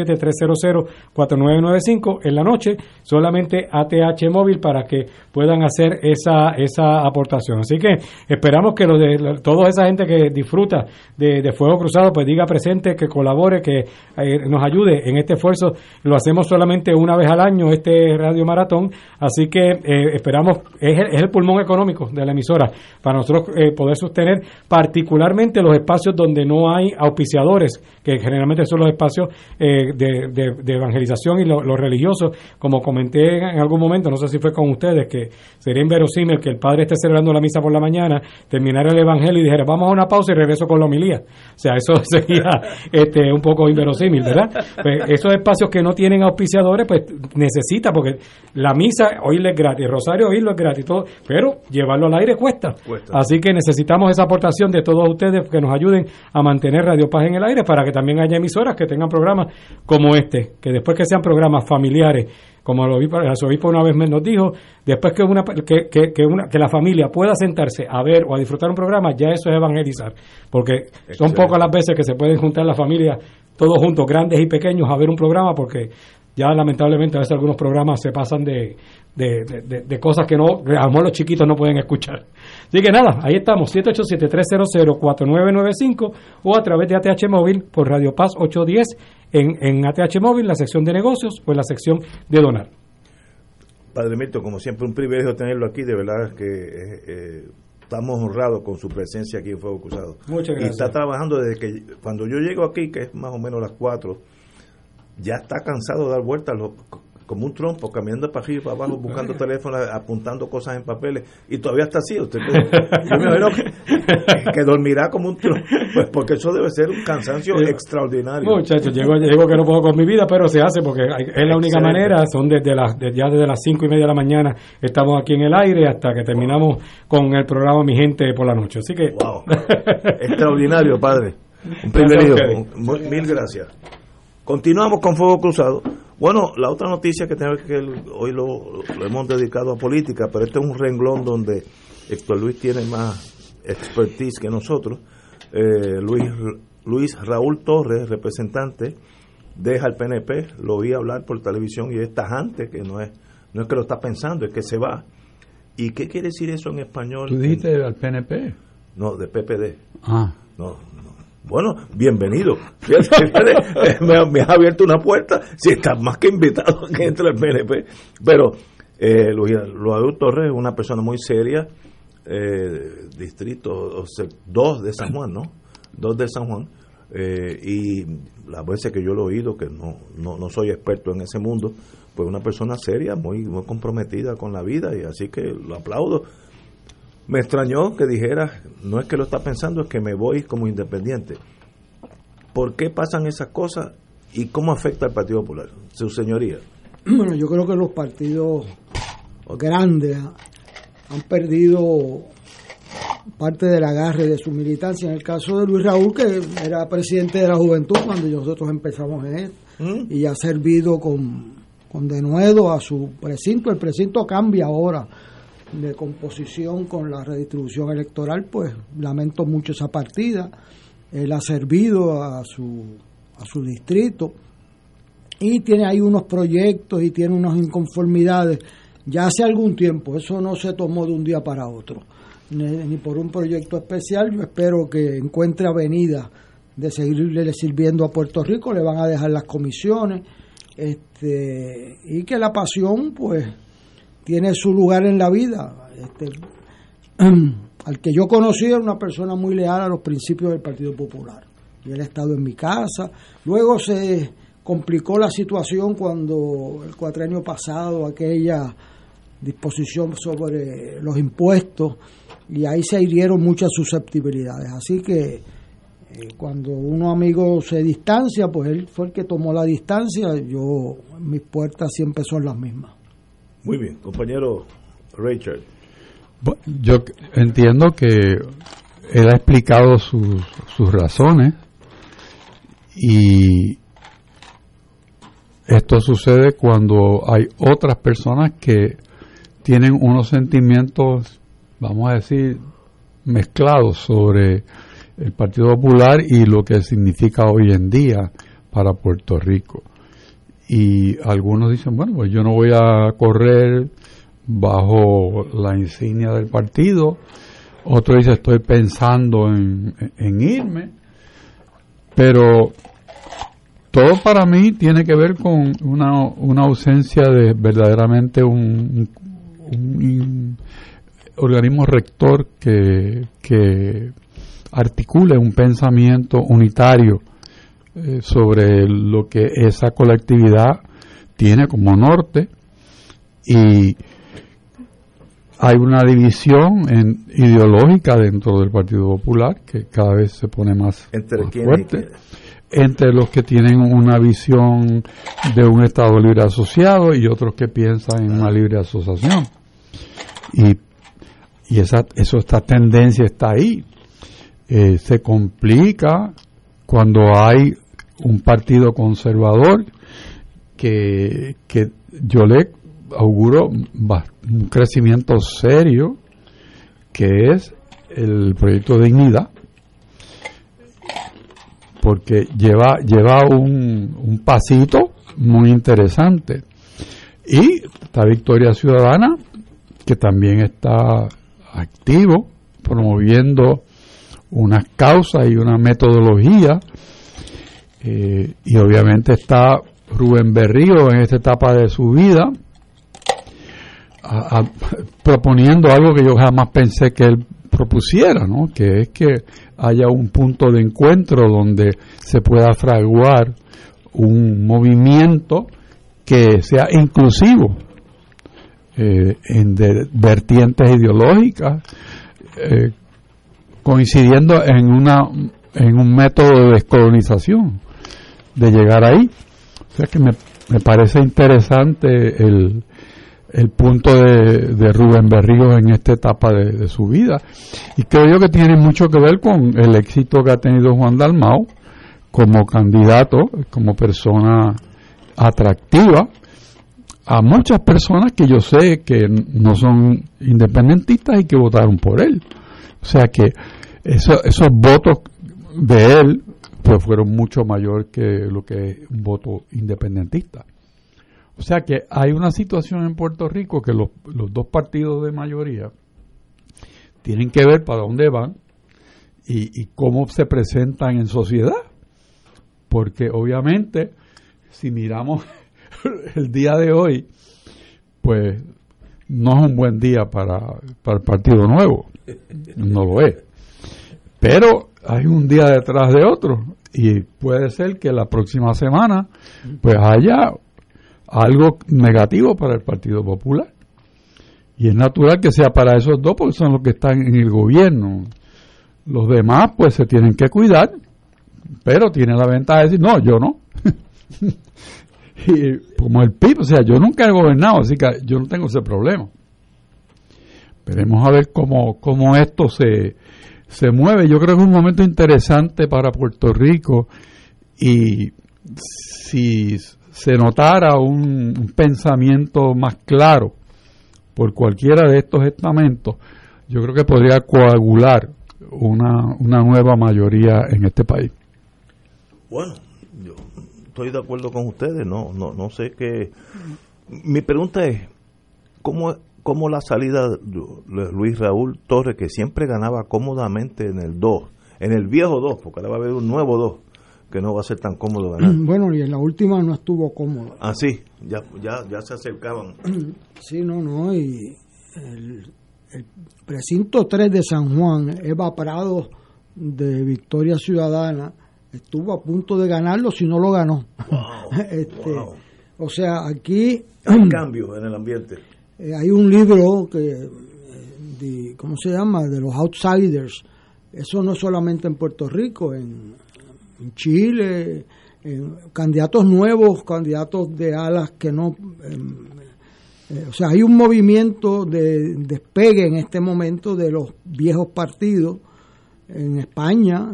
787-300-4995. En la noche solamente ATH Móvil para que puedan hacer esa aportación. Así que esperamos que toda esa gente que disfruta de Fuego Cruzado pues diga presente, que colabore, que nos ayude en este esfuerzo. Lo hacemos solamente una vez al año, este Radio Maratón, así que esperamos, es el pulmón económico de la emisora para nosotros poder sostener particularmente los espacios donde no hay auspiciadores, que generalmente son los espacios de evangelización y los religiosos. Como comenté en algún momento, no sé si fue con ustedes, que sería inverosímil que el padre esté celebrando la misa por la mañana, terminara el evangelio y dijera vamos a una pausa y regreso con la homilía. O sea, eso sería un poco inverosímil, ¿verdad? Pues esos espacios que no tienen auspiciadores, pues necesita, porque la misa oírla es gratis, el rosario oírlo es gratis, todo, pero llevarlo al aire cuesta. Así que necesitamos esa aportación de todos ustedes que nos ayuden a mantener Radio Paz en el aire, para que también haya emisoras que tengan programas como este, que después que sean programas familiares, como el arzobispo una vez nos dijo, después que la familia pueda sentarse a ver o a disfrutar un programa, ya eso es evangelizar, porque son pocas las veces que se pueden juntar la familia todos juntos, grandes y pequeños, a ver un programa, porque ya lamentablemente a veces algunos programas se pasan de cosas que a lo mejor los chiquitos no pueden escuchar. Así que nada, ahí estamos, 787-300-4995 o a través de ATH Móvil por Radio Paz 810 en ATH Móvil, la sección de negocios o en la sección de donar. Padre Milton, como siempre, un privilegio tenerlo aquí, de verdad que estamos honrados con su presencia aquí en Fuego Cruzado. Muchas gracias. Y está trabajando desde que cuando yo llego aquí, que es más o menos las 4, ya está cansado de dar vueltas como un trompo, caminando para arriba y para abajo, buscando teléfonos, apuntando cosas en papeles, y todavía está así. Yo me imagino que dormirá como un trompo, pues porque eso debe ser un cansancio extraordinario. Muchachos, llego que no puedo con mi vida, pero se hace porque es la única manera. Son desde las 5:30 de la mañana estamos aquí en el aire hasta que terminamos con el programa Mi Gente por la noche. Así que wow. Extraordinario, padre. Un privilegio. Mil gracias. Continuamos con Fuego Cruzado. Bueno, la otra noticia que tenemos que hoy lo hemos dedicado a política, pero este es un renglón donde Héctor Luis tiene más expertise que nosotros. Luis Raúl Torres, representante, deja el PNP. Lo oí hablar por televisión y es tajante, que no es que lo está pensando, es que se va. ¿Y qué quiere decir eso en español? ¿Tú dijiste al PNP? No, de PPD. No. Bueno, bienvenido. Me has abierto una puerta. Si estás más que invitado a que entre al PNP. Pero Luis Torres es una persona muy seria. Distrito 2 de San Juan, ¿no? 2 de San Juan. Y las veces que yo lo he oído, que no soy experto en ese mundo, pues una persona seria, muy comprometida con la vida, y así que lo aplaudo. Me extrañó que dijera, no es que lo está pensando, es que me voy como independiente. ¿Por qué pasan esas cosas y cómo afecta al Partido Popular, su señoría? Bueno, yo creo que los partidos grandes han perdido parte del agarre de su militancia. En el caso de Luis Raúl, que era presidente de la Juventud cuando nosotros empezamos en esto, y ha servido con denuedo a su precinto. El precinto cambia ahora de composición con la redistribución electoral, pues lamento mucho esa partida. Él ha servido a su distrito y tiene ahí unos proyectos y tiene unas inconformidades ya hace algún tiempo. Eso no se tomó de un día para otro, ni por un proyecto especial. Yo espero que encuentre avenida de seguirle sirviendo a Puerto Rico. Le van a dejar las comisiones, y que la pasión pues tiene su lugar en la vida. Al que yo conocí era una persona muy leal a los principios del Partido Popular, y él ha estado en mi casa. Luego se complicó la situación cuando el cuatrenio pasado, aquella disposición sobre los impuestos, y ahí se hirieron muchas susceptibilidades. Así que cuando uno amigo se distancia, pues él fue el que tomó la distancia. Mis puertas siempre son las mismas. Muy bien, compañero Richard. Yo entiendo que él ha explicado sus razones, y esto sucede cuando hay otras personas que tienen unos sentimientos, vamos a decir, mezclados sobre el Partido Popular y lo que significa hoy en día para Puerto Rico. Y algunos dicen, bueno, pues yo no voy a correr bajo la insignia del partido. Otro dice, estoy pensando en irme. Pero todo para mí tiene que ver con una ausencia de verdaderamente un organismo rector que articule un pensamiento unitario sobre lo que esa colectividad tiene como norte. Y hay una división ideológica dentro del Partido Popular que cada vez se pone más fuerte, entre los que tienen una visión de un Estado libre asociado y otros que piensan en una libre asociación. Y esta tendencia está ahí. Se complica cuando hay un partido conservador que yo le auguro un crecimiento serio, que es el proyecto de Dignidad, porque lleva un pasito muy interesante. Y esta Victoria Ciudadana, que también está activo promoviendo unas causas y una metodología, y obviamente está Rubén Berrío en esta etapa de su vida proponiendo algo que yo jamás pensé que él propusiera, ¿no? Que es que haya un punto de encuentro donde se pueda fraguar un movimiento que sea inclusivo en vertientes ideológicas, coincidiendo en un método de descolonización, de llegar ahí. O sea que me parece interesante el punto de Rubén Berríos en esta etapa de su vida. Y creo yo que tiene mucho que ver con el éxito que ha tenido Juan Dalmau como candidato, como persona atractiva a muchas personas que yo sé que no son independentistas y que votaron por él. O sea que esos votos de él pues fueron mucho mayor que lo que es un voto independentista. O sea que hay una situación en Puerto Rico que los dos partidos de mayoría tienen que ver para dónde van y cómo se presentan en sociedad. Porque obviamente, si miramos el día de hoy, pues no es un buen día para el Partido Nuevo. No lo es. Pero hay un día detrás de otro y puede ser que la próxima semana pues haya algo negativo para el Partido Popular. Y es natural que sea para esos dos porque son los que están en el gobierno. Los demás pues se tienen que cuidar, pero tienen la ventaja de decir, no, yo no. Y como el PIB, o sea, yo nunca he gobernado, así que yo no tengo ese problema. Veremos a ver cómo esto se mueve. Yo creo que es un momento interesante para Puerto Rico y si se notara un pensamiento más claro por cualquiera de estos estamentos, yo creo que podría coagular una nueva mayoría en este país. Bueno, yo estoy de acuerdo con ustedes, no sé qué. Mi pregunta es, ¿cómo la salida de Luis Raúl Torres, que siempre ganaba cómodamente en el 2, en el viejo 2, porque ahora va a haber un nuevo 2, que no va a ser tan cómodo ganar? Bueno, y en la última no estuvo cómodo. Ah, sí, ya se acercaban. Sí, y el precinto 3 de San Juan, Eva Prado de Victoria Ciudadana, estuvo a punto de ganarlo si no lo ganó. Wow. O sea, aquí hay cambios en el ambiente. Hay un libro ¿cómo se llama? De los outsiders. Eso no solamente en Puerto Rico, en Chile, en candidatos nuevos, candidatos de alas que no... o sea, hay un movimiento de despegue en este momento de los viejos partidos en España,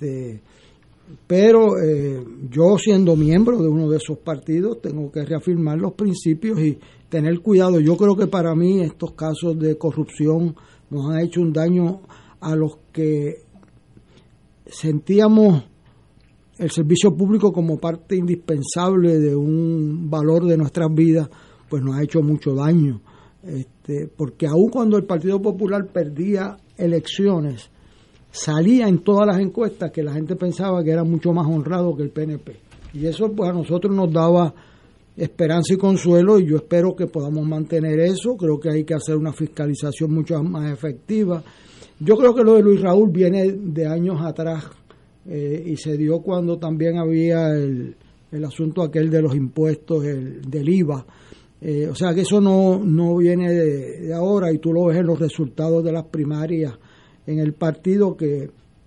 pero yo siendo miembro de uno de esos partidos tengo que reafirmar los principios y tener cuidado. Yo creo que para mí estos casos de corrupción nos han hecho un daño a los que sentíamos el servicio público como parte indispensable de un valor de nuestras vidas, pues nos ha hecho mucho daño. Porque aun cuando el Partido Popular perdía elecciones, salía en todas las encuestas que la gente pensaba que era mucho más honrado que el PNP. Y eso pues a nosotros nos daba esperanza y consuelo, y yo espero que podamos mantener eso. Creo que hay que hacer una fiscalización mucho más efectiva. Yo creo que lo de Luis Raúl viene de años atrás y se dio cuando también había el asunto aquel de los impuestos, del IVA. O sea que eso no viene de ahora, y tú lo ves en los resultados de las primarias en el partido, que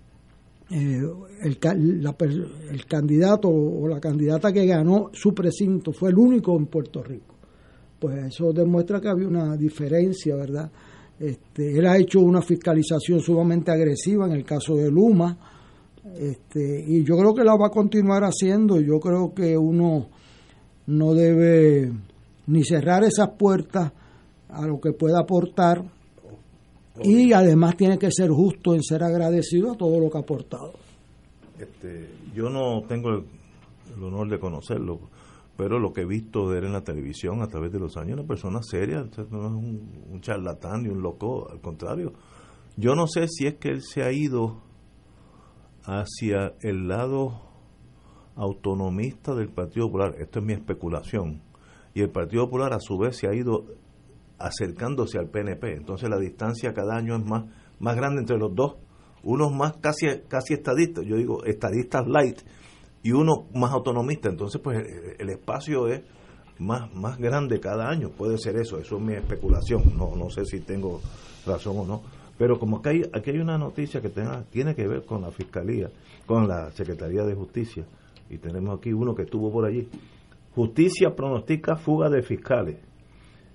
el candidato o la candidata que ganó su precinto fue el único en Puerto Rico. Pues eso demuestra que había una diferencia, ¿verdad? Él ha hecho una fiscalización sumamente agresiva en el caso de Luma, y yo creo que la va a continuar haciendo. Yo creo que uno no debe ni cerrar esas puertas a lo que pueda aportar, y además tiene que ser justo en ser agradecido a todo lo que ha aportado. Yo no tengo el honor de conocerlo, pero lo que he visto de él en la televisión a través de los años, una persona seria, no es un charlatán ni un loco, al contrario. Yo no sé si es que él se ha ido hacia el lado autonomista del Partido Popular, esto es mi especulación, y el Partido Popular a su vez se ha ido acercándose al PNP, entonces la distancia cada año es más grande entre los dos, unos más casi estadistas, yo digo estadistas light, y uno más autonomista, entonces pues el espacio es más grande cada año. Puede ser eso es mi especulación, no sé si tengo razón o no, pero como que aquí hay una noticia que tiene que ver con la Fiscalía, con la Secretaría de Justicia, y tenemos aquí uno que estuvo por allí. Justicia pronostica fuga de fiscales.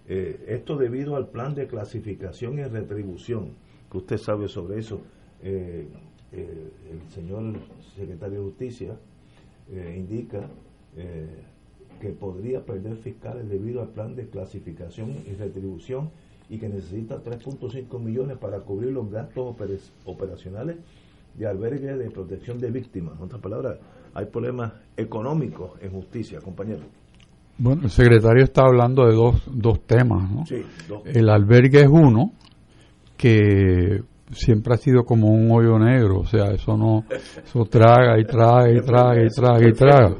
esto debido al plan de clasificación y retribución, que usted sabe sobre eso. El señor secretario de Justicia indica que podría perder fiscales debido al plan de clasificación y retribución y que necesita 3.5 millones para cubrir los gastos operacionales de albergue de protección de víctimas. En otras palabras, hay problemas económicos en justicia, compañero. Bueno, el secretario está hablando de dos temas, ¿no? Sí, dos. El albergue es uno, que siempre ha sido como un hoyo negro, o sea, eso traga y traga y traga y traga y traga.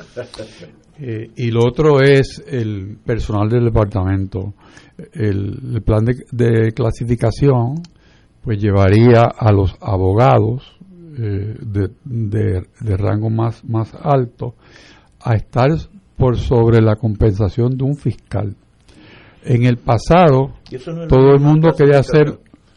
Y lo otro es el personal del departamento. El plan de clasificación pues llevaría a los abogados de rango más alto a estar por sobre la compensación de un fiscal. En el pasado todo el mundo quería ser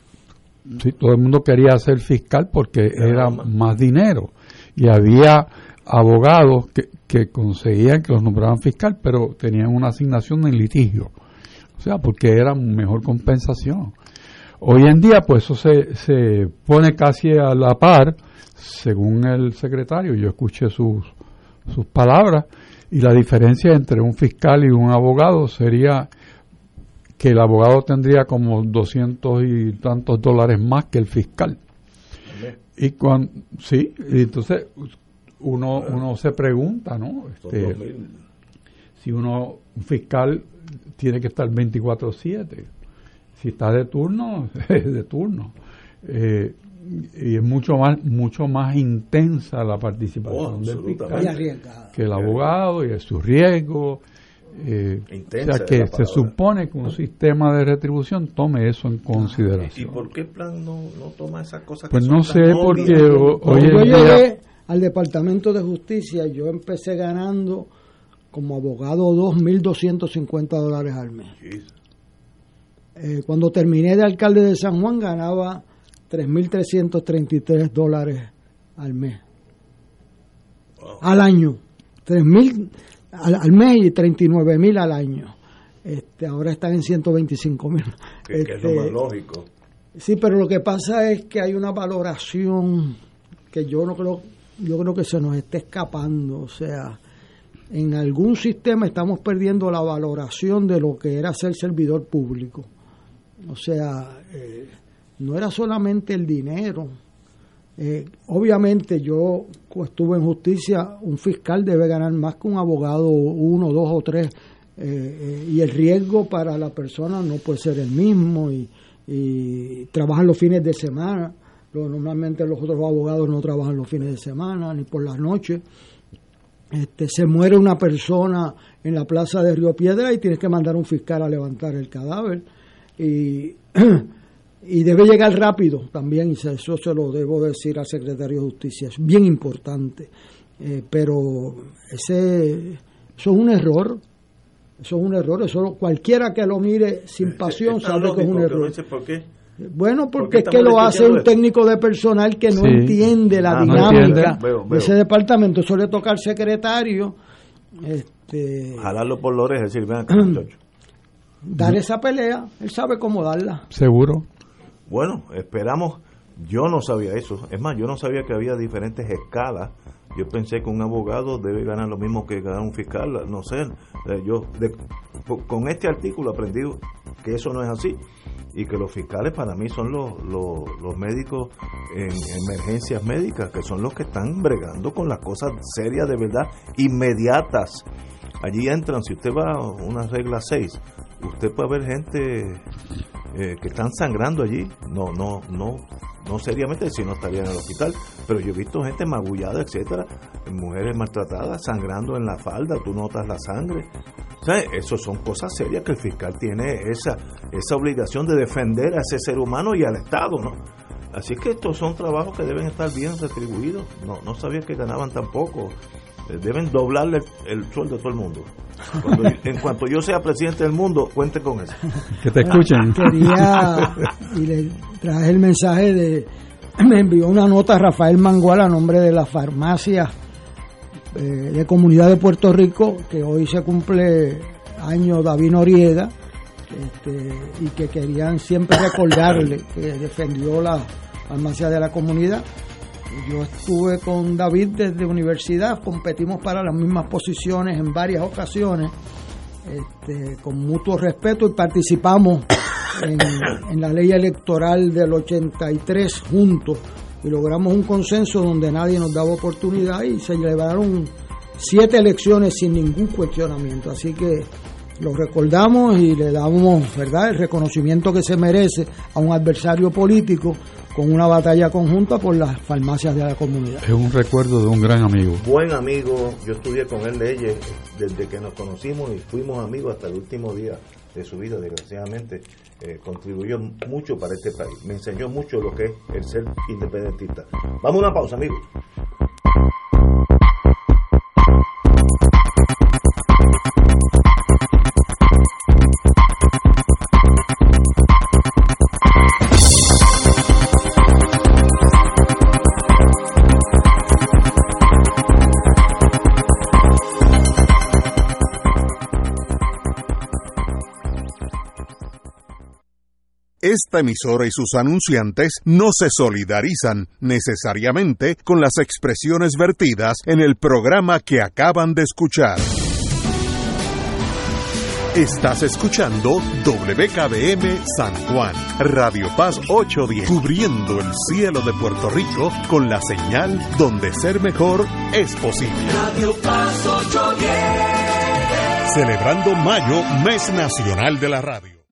fiscal porque era más dinero y había abogados que conseguían que los nombraran fiscal, pero tenían una asignación en litigio, o sea, porque era mejor compensación. Hoy en día pues eso se pone casi a la par, según el secretario. Yo escuché sus palabras, y la diferencia entre un fiscal y un abogado sería que el abogado tendría como 200 y tantos dólares más que el fiscal. Y entonces uno se pregunta, ¿no? Si un fiscal tiene que estar 24/7, si está de turno, es de turno. Y es mucho más intensa la participación del fiscal que el abogado, y es su riesgo. O sea que se supone que un sistema de retribución tome eso en consideración. ¿Y por qué el plan no toma esas cosas? Pues no sé, porque hoy en día... Yo llegué al Departamento de Justicia, yo empecé ganando como abogado $2,250 al mes. Cuando terminé de alcalde de San Juan ganaba $3,333 al mes. Wow. Al año. 3,000 al mes y 39,000 al año. Ahora están en 125,000. Que es lo más lógico. Sí, pero lo que pasa es que hay una valoración que yo creo que se nos está escapando. O sea, en algún sistema estamos perdiendo la valoración de lo que era ser servidor público. O sea, no era solamente el dinero. Obviamente yo estuve en justicia, un fiscal debe ganar más que un abogado, 1, 2 o 3, y el riesgo para la persona no puede ser el mismo, y trabajan los fines de semana. Normalmente los otros abogados no trabajan los fines de semana ni por las noches. Se muere una persona en la plaza de Río Piedra y tienes que mandar a un fiscal a levantar el cadáver, y debe llegar rápido también, y eso se lo debo decir al secretario de Justicia, es bien importante, pero eso es un error. Eso cualquiera que lo mire sin pasión sabe que es un error. ¿Por qué? Bueno, porque es que lo hace un técnico de personal que no entiende la dinámica de ese departamento. Eso le toca al secretario jalarlo por la oreja y decir, ven acá, muchacho, dar esa pelea. Él sabe cómo darla. Seguro. Bueno, esperamos. Yo no sabía eso. Es más, yo no sabía que había diferentes escalas. Yo pensé que un abogado debe ganar lo mismo que ganar un fiscal. No sé. Con este artículo aprendí que eso no es así. Y que los fiscales para mí son los médicos en emergencias médicas, que son los que están bregando con las cosas serias de verdad, inmediatas. Allí entran, si usted va a una regla 6, usted puede ver gente que están sangrando allí, no seriamente, si no estarían en el hospital, pero yo he visto gente magullada, etcétera, mujeres maltratadas, sangrando en la falda, tú notas la sangre. O sea, eso son cosas serias que el fiscal tiene esa obligación de defender a ese ser humano y al Estado, ¿no? Así que estos son trabajos que deben estar bien retribuidos. No sabía que ganaban tan poco. Deben doblarle el sueldo a todo el mundo. En cuanto yo sea presidente del mundo, cuente con eso. Que te escuchen. Y le traje el mensaje me envió una nota Rafael Mangual a nombre de la farmacia de Comunidad de Puerto Rico, que hoy se cumple año David Noriega, y que querían siempre recordarle que defendió la farmacia de la comunidad. Yo estuve con David desde universidad, competimos para las mismas posiciones en varias ocasiones, con mutuo respeto, y participamos en la ley electoral del 83 juntos, y logramos un consenso donde nadie nos daba oportunidad, y se llevaron 7 elecciones sin ningún cuestionamiento. Así que lo recordamos y le damos, ¿verdad?, el reconocimiento que se merece a un adversario político con una batalla conjunta por las farmacias de la comunidad. Es un recuerdo de un gran amigo. Buen amigo, yo estudié con él leyes desde que nos conocimos y fuimos amigos hasta el último día de su vida. Desgraciadamente contribuyó mucho para este país, me enseñó mucho lo que es el ser independentista. Vamos a una pausa, amigos. Esta emisora y sus anunciantes no se solidarizan necesariamente con las expresiones vertidas en el programa que acaban de escuchar. Estás escuchando WKBM San Juan, Radio Paz 810, cubriendo el cielo de Puerto Rico con la señal donde ser mejor es posible. Radio Paz 810. Celebrando Mayo, Mes Nacional de la Radio.